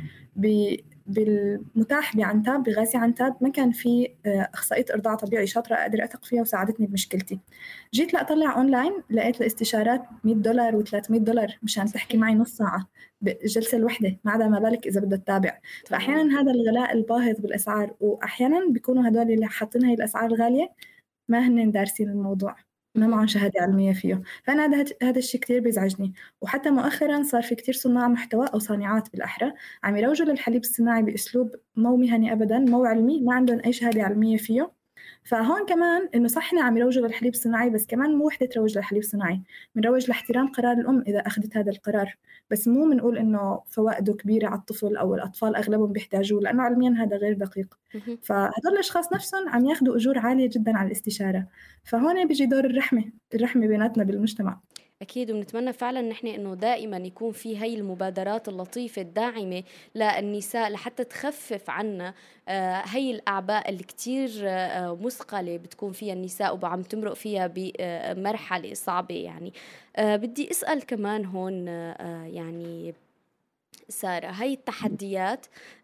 بالمتاح بعنتاب بغازي عنتاب ما كان في أخصائية إرضاع طبيعي شاطرة أقدر أثق فيها وساعدتني بمشكلتي. جيت لأطلع أونلاين لقيت الاستشارات $100 و$300 مشان تحكي معي نص ساعة بالجلسة الوحدة، ما عدا ما بالك إذا بدها تتابع. فأحيانا هذا الغلاء الباهظ بالأسعار، وأحيانا بيكونوا هدول اللي حاطين هاي الأسعار الغالية ما هن دارسين الموضوع، ما معهم شهادة علمية فيه. فأنا هذا الشيء كتير بيزعجني. وحتى مؤخرا صار في كتير صناع محتوى أو صانعات بالأحرى عم يروجوا للحليب الصناعي بأسلوب مو مهني أبدا، مو علمي، ما عندهم أي شهادة علمية فيه. فهون كمان إنه صح عم يروجوا للحليب الصناعي، بس كمان مو وحدة تروج للحليب الصناعي، بنروج لاحترام قرار الأم إذا أخذت هذا القرار، بس مو بنقول إنه فوائده كبيرة على الطفل أو الأطفال أغلبهم بيحتاجوه، لأنه علميا هذا غير دقيق. فهدول الأشخاص نفسهم عم ياخدوا أجور عالية جدا على الاستشارة. فهون بيجي دور الرحمة بيناتنا بالمجتمع. أكيد، ونتمنى فعلا نحن إنه دائما يكون في هاي المبادرات اللطيفة الداعمة للنساء لحتى تخفف عنا هاي الأعباء اللي كتير مثقلة بتكون فيها النساء وعم تمرق فيها بمرحلة صعبة. يعني بدي أسأل كمان هون يعني سارة، هاي التحديات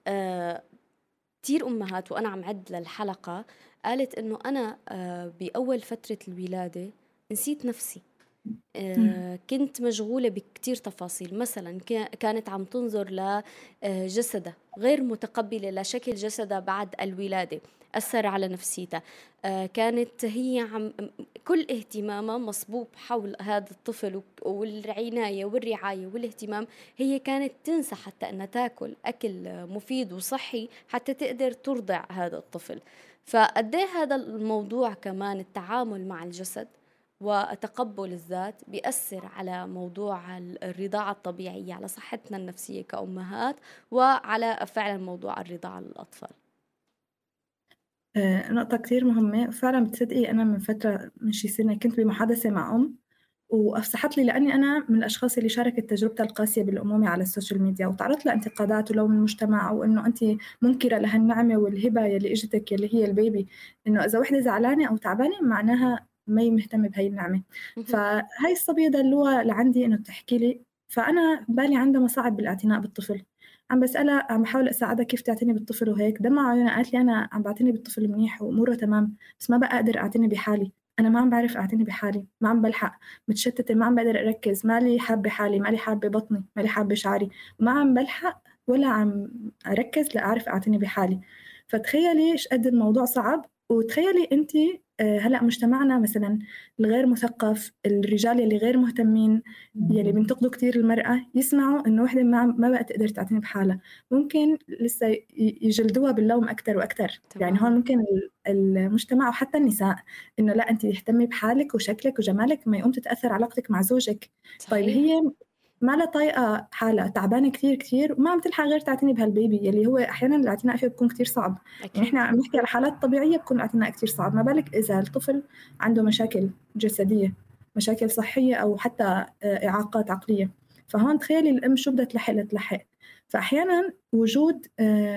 كتير أمهات وأنا عم عد للحلقة قالت إنه أنا بأول فترة الولادة نسيت نفسي. كنت مشغولة بكتير تفاصيل. مثلا كانت عم تنظر لجسدها، غير متقبلة لشكل جسدها بعد الولادة، أثر على نفسيتها. كانت هي كل اهتمامها مصبوب حول هذا الطفل والعناية والرعاية والاهتمام. هي كانت تنسى حتى أنها تاكل أكل مفيد وصحي حتى تقدر ترضع هذا الطفل. فقديه هذا الموضوع كمان التعامل مع الجسد وتقبل الذات بيأثر على موضوع الرضاعة الطبيعية، على صحتنا النفسية كأمهات، وعلى فعلا موضوع الرضاعة للأطفال. نقطة كتير مهمة فعلا. بتصدقي أنا من فترة من شي سنة كنت بمحادثة مع أم وأفسحت لي، لأني أنا من الأشخاص اللي شاركت تجربتها القاسية بالأمومة على السوشيال ميديا وتعرضت لانتقادات ولوم المجتمع، أو إنه أنت منكرة لهالنعمة والهبة يلي إجتك يلي هي البيبي، إنه إذا وحدة زعلانة أو تعبانة معناها ما هي مهتمة بهاي النعمة. فهاي الصبية دلوها لعندي إنه تحكي لي، فأنا بالي عندها مصاعب بالاعتناء بالطفل، عم بسألها عم بحاول أساعدها كيف تعتني بالطفل وهيك، دمع عيونها قالت لي أنا عم بعتني بالطفل منيح وأموره تمام، بس ما بقى أقدر أعتني بحالي. أنا ما عم بعرف أعتني بحالي، ما عم بلحق، متشتتة، ما عم بقدر أركز، مالي حابة حالي، مالي حابة بطني، مالي حابة شعري، وما عم بلحق ولا عم أركز لأعرف أعتني بحالي. فتخيلي إيش قد الموضوع صعب، وتخيلي أنت هلأ مجتمعنا مثلا الغير مثقف، الرجال اللي غير مهتمين، يلي بينتقدوا كتير المرأة، يسمعوا إنه وحدة ما بقى تقدر تعتني بحالها، ممكن لسه يجلدوها باللوم أكتر وأكتر. يعني هون تمام. ممكن المجتمع وحتى النساء إنه لا، أنت اهتمي بحالك وشكلك وجمالك، ما يقوم تتأثر علاقتك مع زوجك. طيب صحيح. هي ما لها طايقة حالها، تعبانة كتير كتير، وما عم تلحق غير تعتني بهالبيبي يلي هو أحيانا الاعتناء فيه بيكون كتير صعب. يعني أكيد. إحنا عم نحكي على حالات طبيعية بكون الاعتناء كتير صعب، ما بالك إذا الطفل عنده مشاكل جسدية، مشاكل صحية، أو حتى إعاقات عقلية. فهون تخيلي الأم شو بدها تلحق. فأحيانا وجود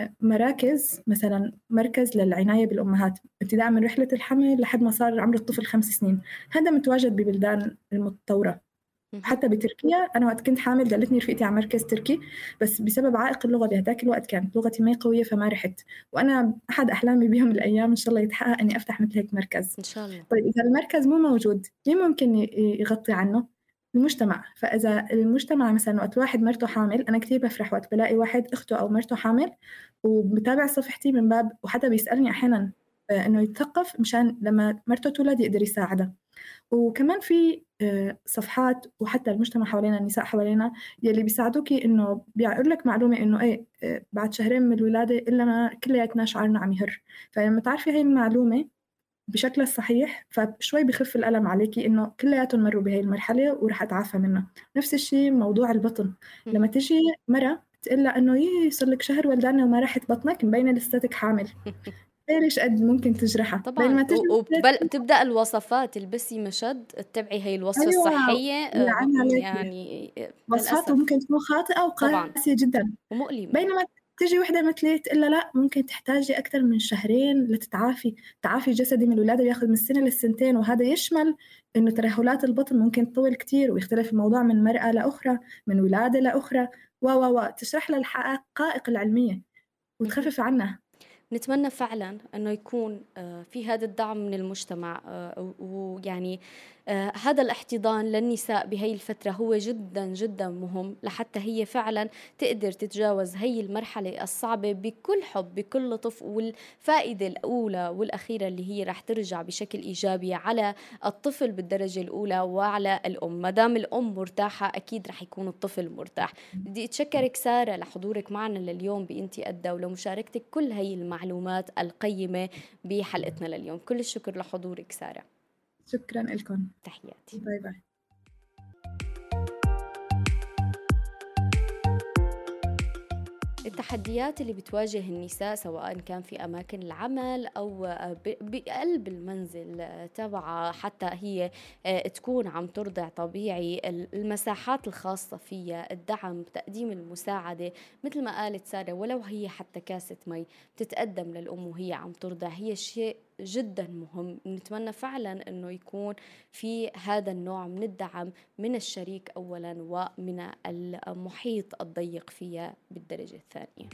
مراكز، مثلا مركز للعناية بالأمهات ابتداء من رحلة الحمل لحد ما صار عمر الطفل 5 سنين، هذا متواجد ببلدان المتطورة. مهم. حتى بتركيا أنا وقت كنت حامل دلتني رفيقتي على مركز تركي، بس بسبب عائق اللغة بهداك الوقت كانت لغتي ما قوية فما رحت. وأنا أحد أحلامي بيوم من الأيام إن شاء الله يتحقق إني أفتح مثل هيك مركز. إن شاء الله. طيب إذا المركز مو موجود، مين ممكن يغطي عنه؟ المجتمع. فإذا المجتمع مثلا وقت واحد مرته حامل، أنا كتير بفرح وقت بلاقي واحد أخته أو مرته حامل وبتابع صفحتي من باب، وحتى بيسألني أحيانا إنه يتثقف مشان لما مرته تولد يقدر يساعدها. وكمان في صفحات، وحتى المجتمع حوالينا، النساء حوالينا يلي بيساعدوكي انه بيقول لك معلومه انه ايه بعد شهرين من الولاده الا ما كلياتنا شعرنا عم يهر. فلما تعرفي هاي المعلومه بشكلها الصحيح، فشوي بخف الألم عليكي إنه كلياتهم مروا بهاي المرحلة ورح أتعافى منها. نفس الشيء موضوع البطن، لما مهم. تجي مرة تقول لها إنه صار لك شهر ولدانة وما راحت بطنك، مبينة لساتك حامل، ليش قد ممكن تجرحها طبعا. بينما تجي وبتبدأ الوصفات، تلبسي مشد، اتبعي هي الوصفة أيوة، الصحية. يا عيني عليكي، يعني وصفاته للأسف. ممكن تكون خاطئة طبعا. وقاسية جدا. ومؤلمة. بينما تجي وحدة مثلي تقول لها لا، ممكن تحتاجي أكثر من شهرين لتتعافي. تعافي جسدي من الولادة بياخذ من السنة للسنتين، وهذا يشمل إنه ترهلات البطن ممكن تطول كتير ويختلف الموضوع من مرأة لأخرى، من ولادة لأخرى، تشرح لها الحقائق العلمية مهم. وتخفف عنها. نتمنى فعلا أنه يكون في هذا الدعم من المجتمع، ويعني هذا الاحتضان للنساء بهي الفترة هو جدا جدا مهم، لحتى هي فعلا تقدر تتجاوز هي المرحلة الصعبة بكل حب بكل لطف. والفائدة الأولى والأخيرة اللي هي رح ترجع بشكل إيجابي على الطفل بالدرجة الأولى وعلى الأم. ما دام الأم مرتاحة أكيد رح يكون الطفل مرتاح. بدي أتشكرك سارة لحضورك معنا لليوم بإنتي قدها، ولمشاركتك كل هي المعلومات القيمة بحلقتنا لليوم. كل الشكر لحضورك سارة. شكرا لكم. تحياتي. باي باي. التحديات اللي بتواجه النساء سواء كان في أماكن العمل أو بقلب المنزل تبعها، حتى هي تكون عم ترضع طبيعي، المساحات الخاصة فيها، الدعم، تقديم المساعدة، مثل ما قالت سارة، ولو هي حتى كاسة مي تتقدم للأم وهي عم ترضع، هي شيء جدا مهم. نتمنى فعلا أنه يكون في هذا النوع من الدعم من الشريك أولا ومن المحيط الضيق فيها بالدرجة الثانية.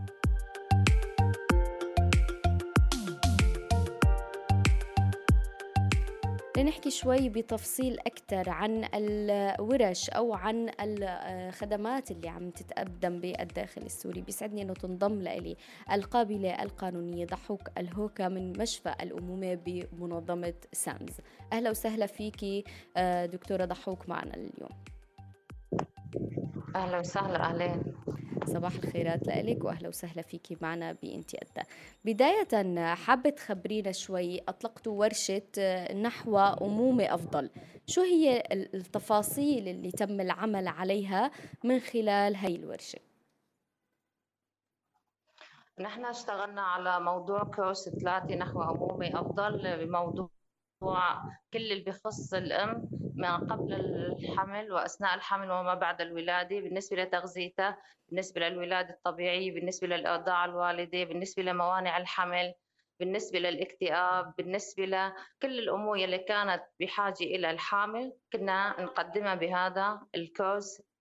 لنحكي شوي بتفصيل أكثر عن الورش أو عن الخدمات اللي عم تتقدم بالداخل السوري. بيسعدني أنه تنضم لإلي القابلة القانونية ضحوك الهوكا من مشفى الأمومة بمنظمة سامز. أهلا وسهلا فيكي دكتورة ضحوك معنا اليوم. أهلا وسهلا. أهلين. صباح الخيرات لك وأهلا وسهلا فيكي معنا بإنتي قدها. بداية حابة تخبرينا شوي، أطلقتوا ورشة نحو أمومة أفضل، شو هي التفاصيل اللي تم العمل عليها من خلال هاي الورشة؟ نحن اشتغلنا على موضوع كورس 3 نحو أمومة أفضل، بموضوع كل اللي بيخص الأم ما قبل الحمل وأثناء الحمل وما بعد الولادة، بالنسبة لتغذيتها، بالنسبة للولادة الطبيعية، بالنسبة للإرضاع الوالدة، بالنسبة لموانع الحمل، بالنسبة للاكتئاب، بالنسبة لكل الأمور اللي كانت بحاجة إلى الحامل كنا نقدمها بهذا الكورس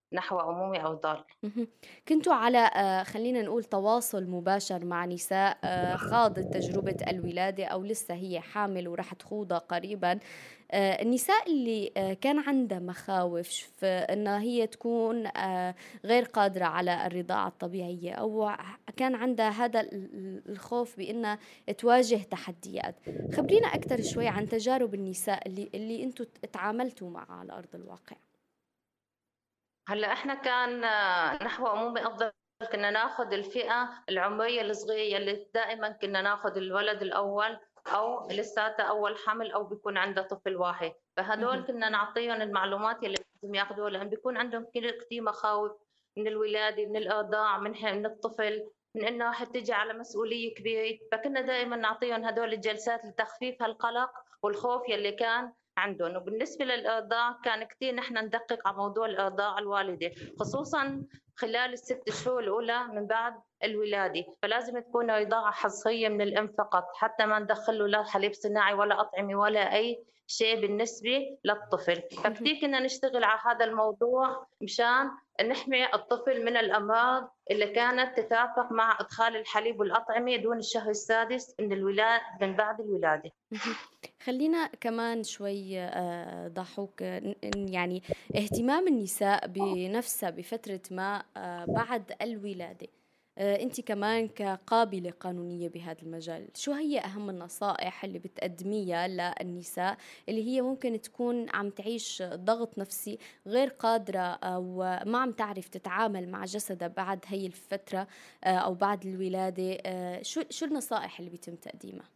نحو عمومي أو ضال. كنتوا على خلينا نقول تواصل مباشر مع نساء خاضت تجربة الولادة أو لسه هي حامل ورح تخوضها قريبا، النساء اللي كان عندها مخاوف في أنها هي تكون غير قادرة على الرضاعة الطبيعية، أو كان عندها هذا الخوف بأنها تواجه تحديات. خبرينا أكثر شوي عن تجارب النساء اللي أنتوا تعاملتوا معها على أرض الواقع. هلا احنا كان نحو عمومي افضل كنا ناخذ الفئه العمريه الصغيره اللي دائما كنا ناخذ الولد الاول او لساته اول حمل او بيكون عنده طفل واحد، فهدول كنا نعطيهم المعلومات اللي لازم ياخذوها لان بيكون عندهم كثير مخاوف من الولاده، من الارضاع، من الطفل، من انه حتجي على مسؤوليه كبيره، فكنا دائما نعطيهم هدول الجلسات لتخفيف هالقلق والخوف يلي كان عندهم. وبالنسبة للإرضاع كان كثير نحن ندقق على موضوع الإرضاع الوالدة، خصوصا خلال الست شهور الأولى من بعد الولادة، فلازم تكون رضاعة حصرية من الأم فقط، حتى ما ندخل له لا حليب صناعي ولا أطعمة ولا أي شيء بالنسبة للطفل. فكثير كنا نشتغل على هذا الموضوع مشان نحمي الطفل من الأمراض اللي كانت تترافق مع إدخال الحليب والأطعمة دون الشهر السادس من بعد الولادة. خلينا كمان شوي ضحوك، يعني اهتمام النساء بنفسها بفترة ما بعد الولادة، أنت كمان كقابلة قانونية بهذا المجال، شو هي أهم النصائح اللي بتقدميها للنساء اللي هي ممكن تكون عم تعيش ضغط نفسي، غير قادرة أو ما عم تعرف تتعامل مع جسدها بعد هي الفترة أو بعد الولادة؟ شو النصائح اللي بيتم تقديمها؟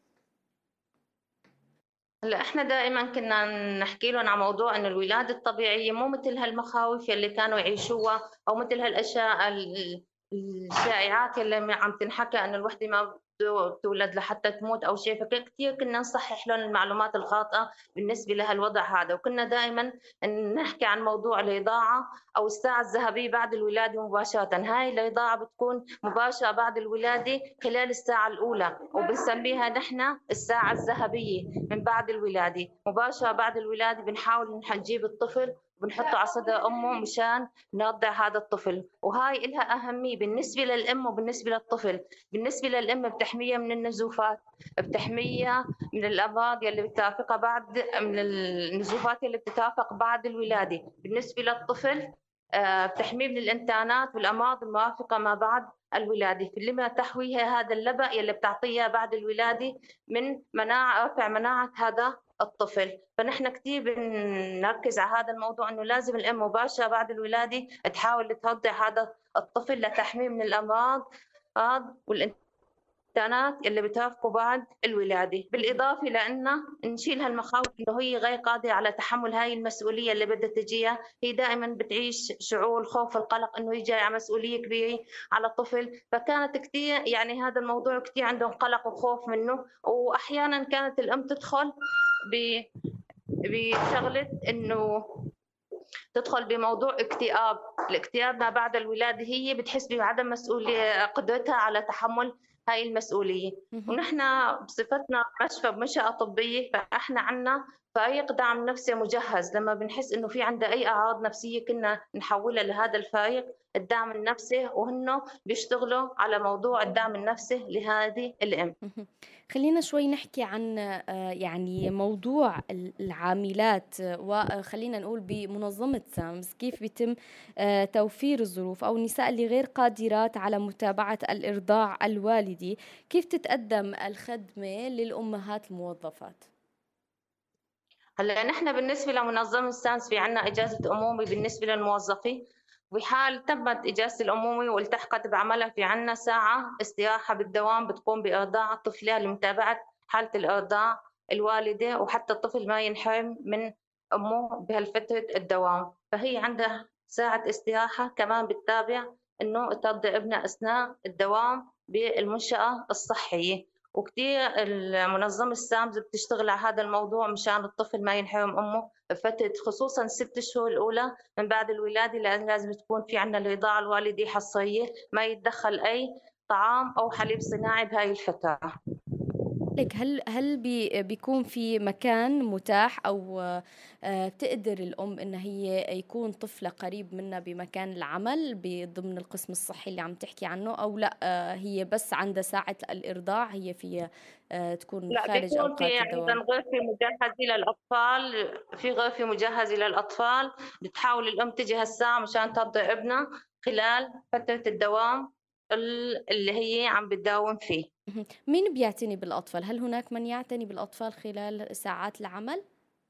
هلا احنا دائما كنا نحكي لهم على موضوع انه الولاده الطبيعيه مو مثل هالمخاوف يلي كانوا يعيشوها او مثل هالاشياء الشائعات اللي عم تنحكى انه الوحده ما تولد لحتى تموت او شيء، فكثير كنا نصحح لهم المعلومات الخاطئه بالنسبه لهالوضع هذا. وكنا دائما نحكي عن موضوع الرضاعه او الساعه الذهبيه بعد الولاده مباشره. هاي الرضاعه بتكون مباشره بعد الولاده خلال الساعه الاولى، وبنسميها نحن الساعه الذهبيه من بعد الولاده. مباشره بعد الولاده بنحاول نجيب الطفل وبنحطه على صدر امه مشان نرضع هذا الطفل، وهاي لها اهميه بالنسبه للام وبالنسبه للطفل. بالنسبه للام بتحميها من النزوفات، بتحميها من الامراض يلي بترافقها بعد، من النزوفات اللي بتترافق بعد الولاده. بالنسبه للطفل بتحميه من الانتانات والامراض المرافقه ما بعد الولاده، لما تحويها هذا اللبأ يلي بتعطيها بعد الولاده من رفع مناعه هذا الطفل. فنحن كثير بنركز على هذا الموضوع انه لازم الام مباشره بعد الولاده تحاول ترضع هذا الطفل لتحميه من الامراض والانتانات اللي بترافقه بعد الولاده، بالاضافه لان نشيل هالمخاوف انه هي غير قادره على تحمل هاي المسؤوليه اللي بدها تجيها. هي دائما بتعيش شعور الخوف والقلق انه هي جاي على مسؤوليه كبيره على الطفل، فكانت كثير يعني هذا الموضوع كثير عندهم قلق وخوف منه. واحيانا كانت الام تدخل بشغله انه تدخل بموضوع اكتئاب. الاكتئاب ما بعد الولاده هي بتحس بعدم مسؤوليه قدرتها على تحمل هاي المسؤوليه. ونحن بصفتنا مشفى بمنشأة طبيه، فاحنا عنا فريق دعم نفسي مجهز. لما بنحس انه في عندها اي اعراض نفسيه كنا نحولها لهذا الفريق الدعم النفسي، وهن بيشتغلوا على موضوع الدعم النفسي لهذه الام. خلينا شوي نحكي عن يعني موضوع العاملات، وخلينا نقول بمنظمة سامز كيف بيتم توفير الظروف أو النساء اللي غير قادرات على متابعة الإرضاع الوالدي، كيف تتقدم الخدمة للأمهات الموظفات؟ هلا نحن بالنسبة لمنظمة سامز في عنا إجازة أمومة بالنسبة للموظفين، وحال تمت إجازة الأمومة والتحقت بعملها في عنا ساعة استراحة بالدوام بتقوم بإرضاع طفلها لمتابعة حالة الإرضاع الوالدة، وحتى الطفل ما ينحرم من أمه بهالفترة الدوام. فهي عندها ساعة استراحة كمان بتتابع إنه ترضع ابنها أثناء الدوام بالمنشأة الصحية. وكثير المنظمة السامز بتشتغل على هذا الموضوع مشان الطفل ما ينحرم أمه بفترة خصوصا 6 شهور الأولى من بعد الولادة، لأن لازم تكون في عنا الرضاعة الوالدية حصرية، ما يتدخل أي طعام أو حليب صناعي بهاي الفترة. لك هل بيكون في مكان متاح أو بتقدر الأم إن هي يكون طفلة قريب منها بمكان العمل ضمن القسم الصحي اللي عم تحكي عنه، أو لا هي بس عندها ساعة الإرضاع هي فيها تكون لا، خارج بيكون في أوقات الدوام؟ عندنا غرفة مجهزة للأطفال، في غرفة مجهزة للأطفال، بتحاول الأم تجي هالساعة مشان ترضع ابنها خلال فترة الدوام اللي هي عم بتداوم فيه. مين بيعتني بالأطفال؟ هل هناك من يعتني بالأطفال خلال ساعات العمل؟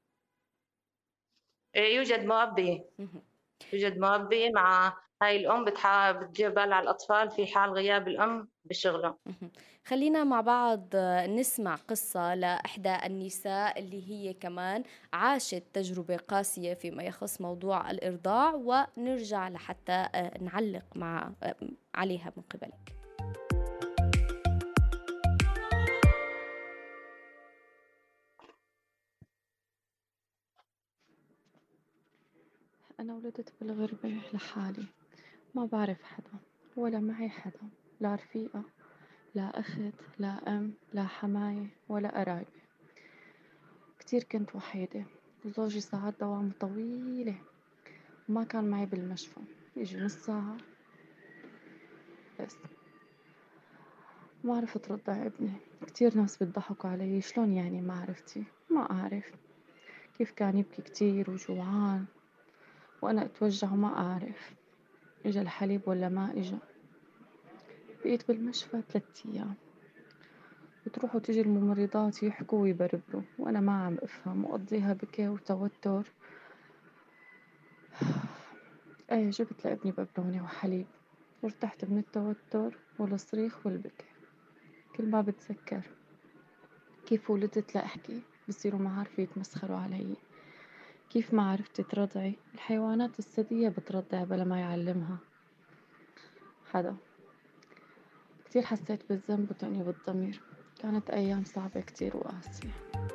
يوجد مربية، يوجد مربية مع هاي الأم بتدير بالها على الأطفال في حال غياب الأم بشغله. خلينا مع بعض نسمع قصة لإحدى النساء اللي هي كمان عاشت تجربة قاسية فيما يخص موضوع الإرضاع، ونرجع لحتى نعلق عليها من قبلك. أنا ولدت بالغربة لحالي، ما بعرف حدا ولا معي حدا، لا رفيقة لا أخت لا أم لا حماية ولا قرايبي. كتير كنت وحيدة، وزوجي ساعات دوام طويلة وما كان معي بالمشفى، يجي نص ساعة بس. ما عرفت رضع ابني. كتير ناس بيضحكوا علي، شلون يعني ما عرفتي؟ ما أعرف كيف كان يبكي كتير وجوعان وأنا أتوجع وما أعرف إجا الحليب ولا ما إجا. بقيت بالمشفى 3 أيام، وتروح وتجي الممرضات يحكوا ويبربروا وأنا ما عم أفهم، وأقضيها بكي وتوتر. إيه، جبت لابني ببرونة وحليب وارتحت من التوتر والصريخ والبكي. كل ما بتذكر كيف ولدت لأحكي بصيروا معارفي يتمسخروا علي. كيف ما عرفتي ترضعي؟ الحيوانات الثدية بترضع بلا ما يعلمها حدا. كتير حسيت بالذنب وتأنيب الضمير، كانت أيام صعبة كتير وقاسية.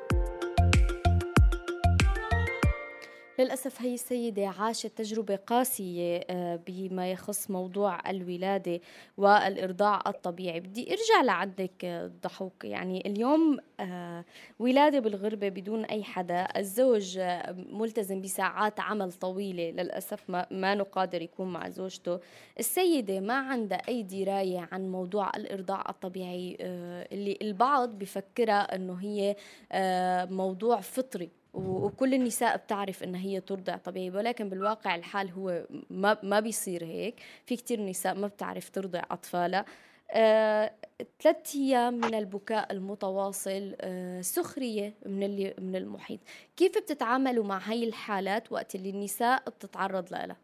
للأسف هي السيدة عاشت تجربة قاسية بما يخص موضوع الولادة والإرضاع الطبيعي. بدي أرجع لعندك ضحوك، يعني اليوم ولادة بالغربة بدون أي حدا، الزوج ملتزم بساعات عمل طويلة، للأسف ما نقادر يكون مع زوجته. السيدة ما عندها أي دراية عن موضوع الإرضاع الطبيعي اللي البعض بفكرها أنه هي موضوع فطري وكل النساء بتعرف إن هي ترضع طبيعي، ولكن بالواقع الحال هو ما بيصير هيك. في كتير نساء ما بتعرف ترضع أطفالها. 3 أيام من البكاء المتواصل، سخرية من المحيط. كيف بتتعاملوا مع هاي الحالات وقت اللي النساء بتتعرض لها؟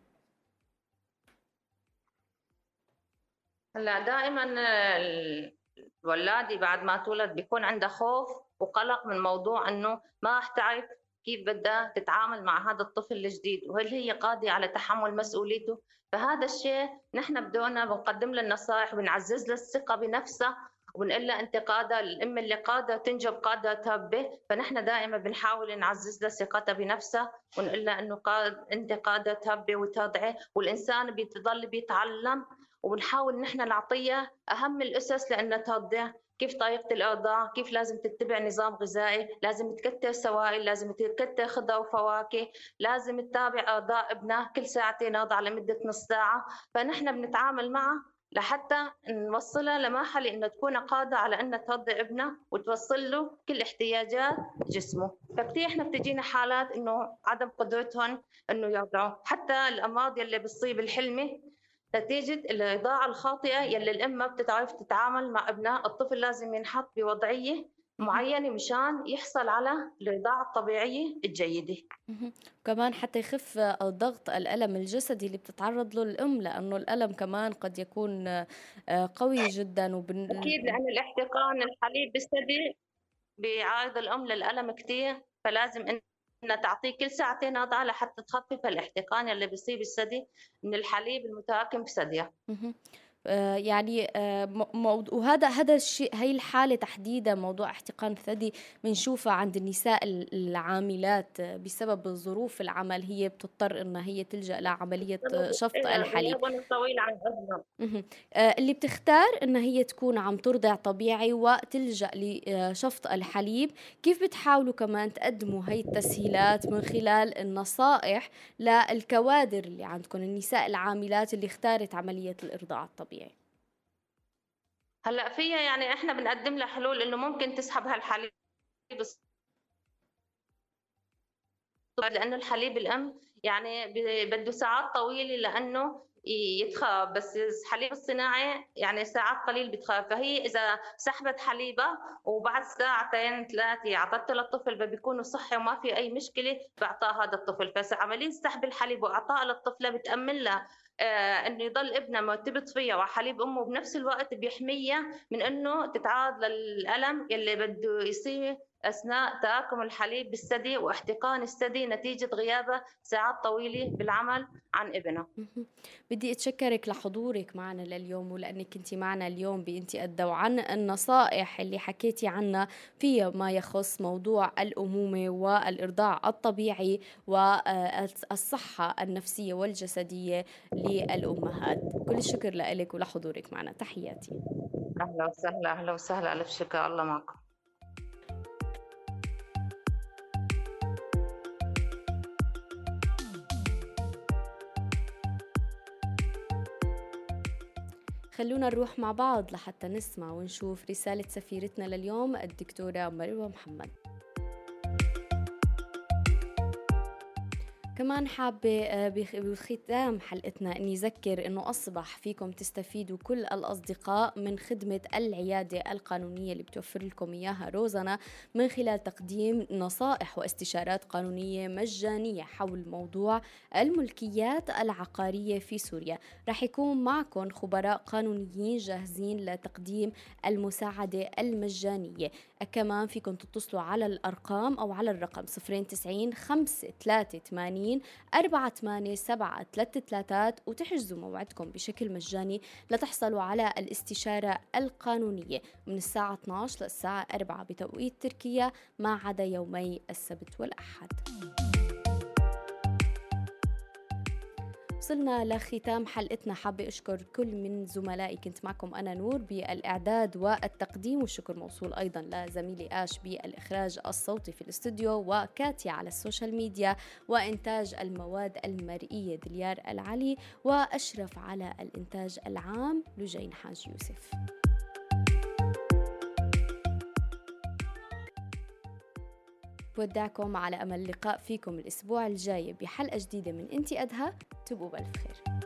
هلا دائما الولادة بعد ما تولد بيكون عندها خوف وقلق من موضوع انه ما رح تعرف كيف بدها تتعامل مع هذا الطفل الجديد، وهل هي قادرة على تحمل مسؤوليته. فهذا الشيء نحن بدورنا بنقدم لها النصائح وبنعزز لها الثقة بنفسها، وبنقول لها انت قادرة، الام اللي قادرة تنجب قادرة تربي. فنحن دائما بنحاول نعزز لها ثقتها بنفسها ونقول لها انه انت قادرة تربي وترضعي، والانسان بيضل بيتعلم. وبنحاول نحن نعطيها اهم الاسس لانها ترضع، كيف طريقه الارضاع، كيف لازم تتبع نظام غذائي، لازم تكتر سوائل، لازم تكتر خضر وفواكه، لازم تتابع ارضاء ابنها كل ساعتين ارضع لمده نص ساعه. فنحن بنتعامل معها لحتى نوصلها لمرحله انها تكون قادره على انها ترضع ابنها وتوصل له كل احتياجات جسمه. فكتير احنا بتجينا حالات انه عدم قدرتهم انه يرضعوا، حتى الامراض يلي بتصيب الحلمه نتيجة الرضاعة الخاطئة يلي الأم ما بتتعرف تتعامل مع ابنها. الطفل لازم ينحط بوضعية معينة مشان يحصل على الرضاعة الطبيعية الجيدة. كمان حتى يخف ضغط الألم الجسدي اللي بتتعرض له الأم، لأنه الألم كمان قد يكون قوي جدا. أكيد، لأن الاحتقان الحليب بالثدي بيعرض الأم للألم كتير، فلازم إنها تعطيه كل ساعتين رضعة لحتى تخفف الاحتقان اللي بيصيب الثدي من الحليب المتراكم في ثديها. يعني وهذا الشيء، هي الحالة تحديدا موضوع احتقان الثدي بنشوفها عند النساء العاملات بسبب ظروف العمل، هي بتضطر انها هي تلجأ لعملية شفط الحليب. غياب طويل عن الأذن. اللي بتختار انها هي تكون عم ترضع طبيعي وتلجأ لشفط الحليب، كيف بتحاولوا كمان تقدموا هي التسهيلات من خلال النصائح للكوادر اللي عندكم، النساء العاملات اللي اختارت عملية الإرضاع الطبيعي؟ هلا فيها يعني احنا بنقدم لها حلول انه ممكن تسحب هالحليب لانه الحليب الام يعني بده ساعات طويله لانه يتخاب، بس الحليب الصناعي يعني ساعات قليل بتخاب. فهي اذا سحبت حليبها وبعد ساعتين ثلاثه اعطته للطفل بيكون صحي وما في اي مشكله باعطاء هذا الطفل. فعمليه سحب الحليب واعطاء للطفله بتامن لها انه يضل ابنها مرتبط فيها وحليب امه، وبنفس الوقت بيحميها من انه تتعرض للالم يلي بده يصير أثناء تراكم الحليب بالثدي واحتقان الثدي نتيجة غيابه ساعات طويلة بالعمل عن ابنها. بدي أتشكرك لحضورك معنا لليوم، ولأنك كنتي معنا اليوم بانتقاد وعن النصائح اللي حكيتي عنها فيما ما يخص موضوع الأمومة والإرضاع الطبيعي والصحة النفسية والجسدية للأمهات. كل الشكر لك ولحضورك معنا، تحياتي. أهلا وسهلا، أهلا وسهلا، ألف شكر، الله معكم. خلونا نروح مع بعض لحتى نسمع ونشوف رسالة سفيرتنا لليوم الدكتورة مروة محمد. كمان حابة بختام حلقتنا أني أذكر أنه أصبح فيكم تستفيدوا كل الأصدقاء من خدمة العيادة القانونية اللي بتوفر لكم إياها روزانا من خلال تقديم نصائح واستشارات قانونية مجانية حول موضوع الملكيات العقارية في سوريا. رح يكون معكم خبراء قانونيين جاهزين لتقديم المساعدة المجانية. كمان فيكم تتصلوا على الأرقام أو على الرقم 090 538 4873 وتحجزوا موعدكم بشكل مجاني لتحصلوا على الاستشارة القانونية من الساعة 12 للساعة 4 بتوقيت تركيا ما عدا يومي السبت والأحد. وصلنا لختام حلقتنا. حابة أشكر كل من زملائي، كنت معكم أنا نور بالإعداد والتقديم، والشكر موصول أيضا لزميلي آش بالإخراج الصوتي في الاستوديو، وكاتيا على السوشيال ميديا، وإنتاج المواد المرئية دليار العلي، وأشرف على الإنتاج العام لجين حاج يوسف. بودعكم على أمل اللقاء فيكم الأسبوع الجاي بحلقة جديدة من انتي أدهى. تبقوا بألف خير.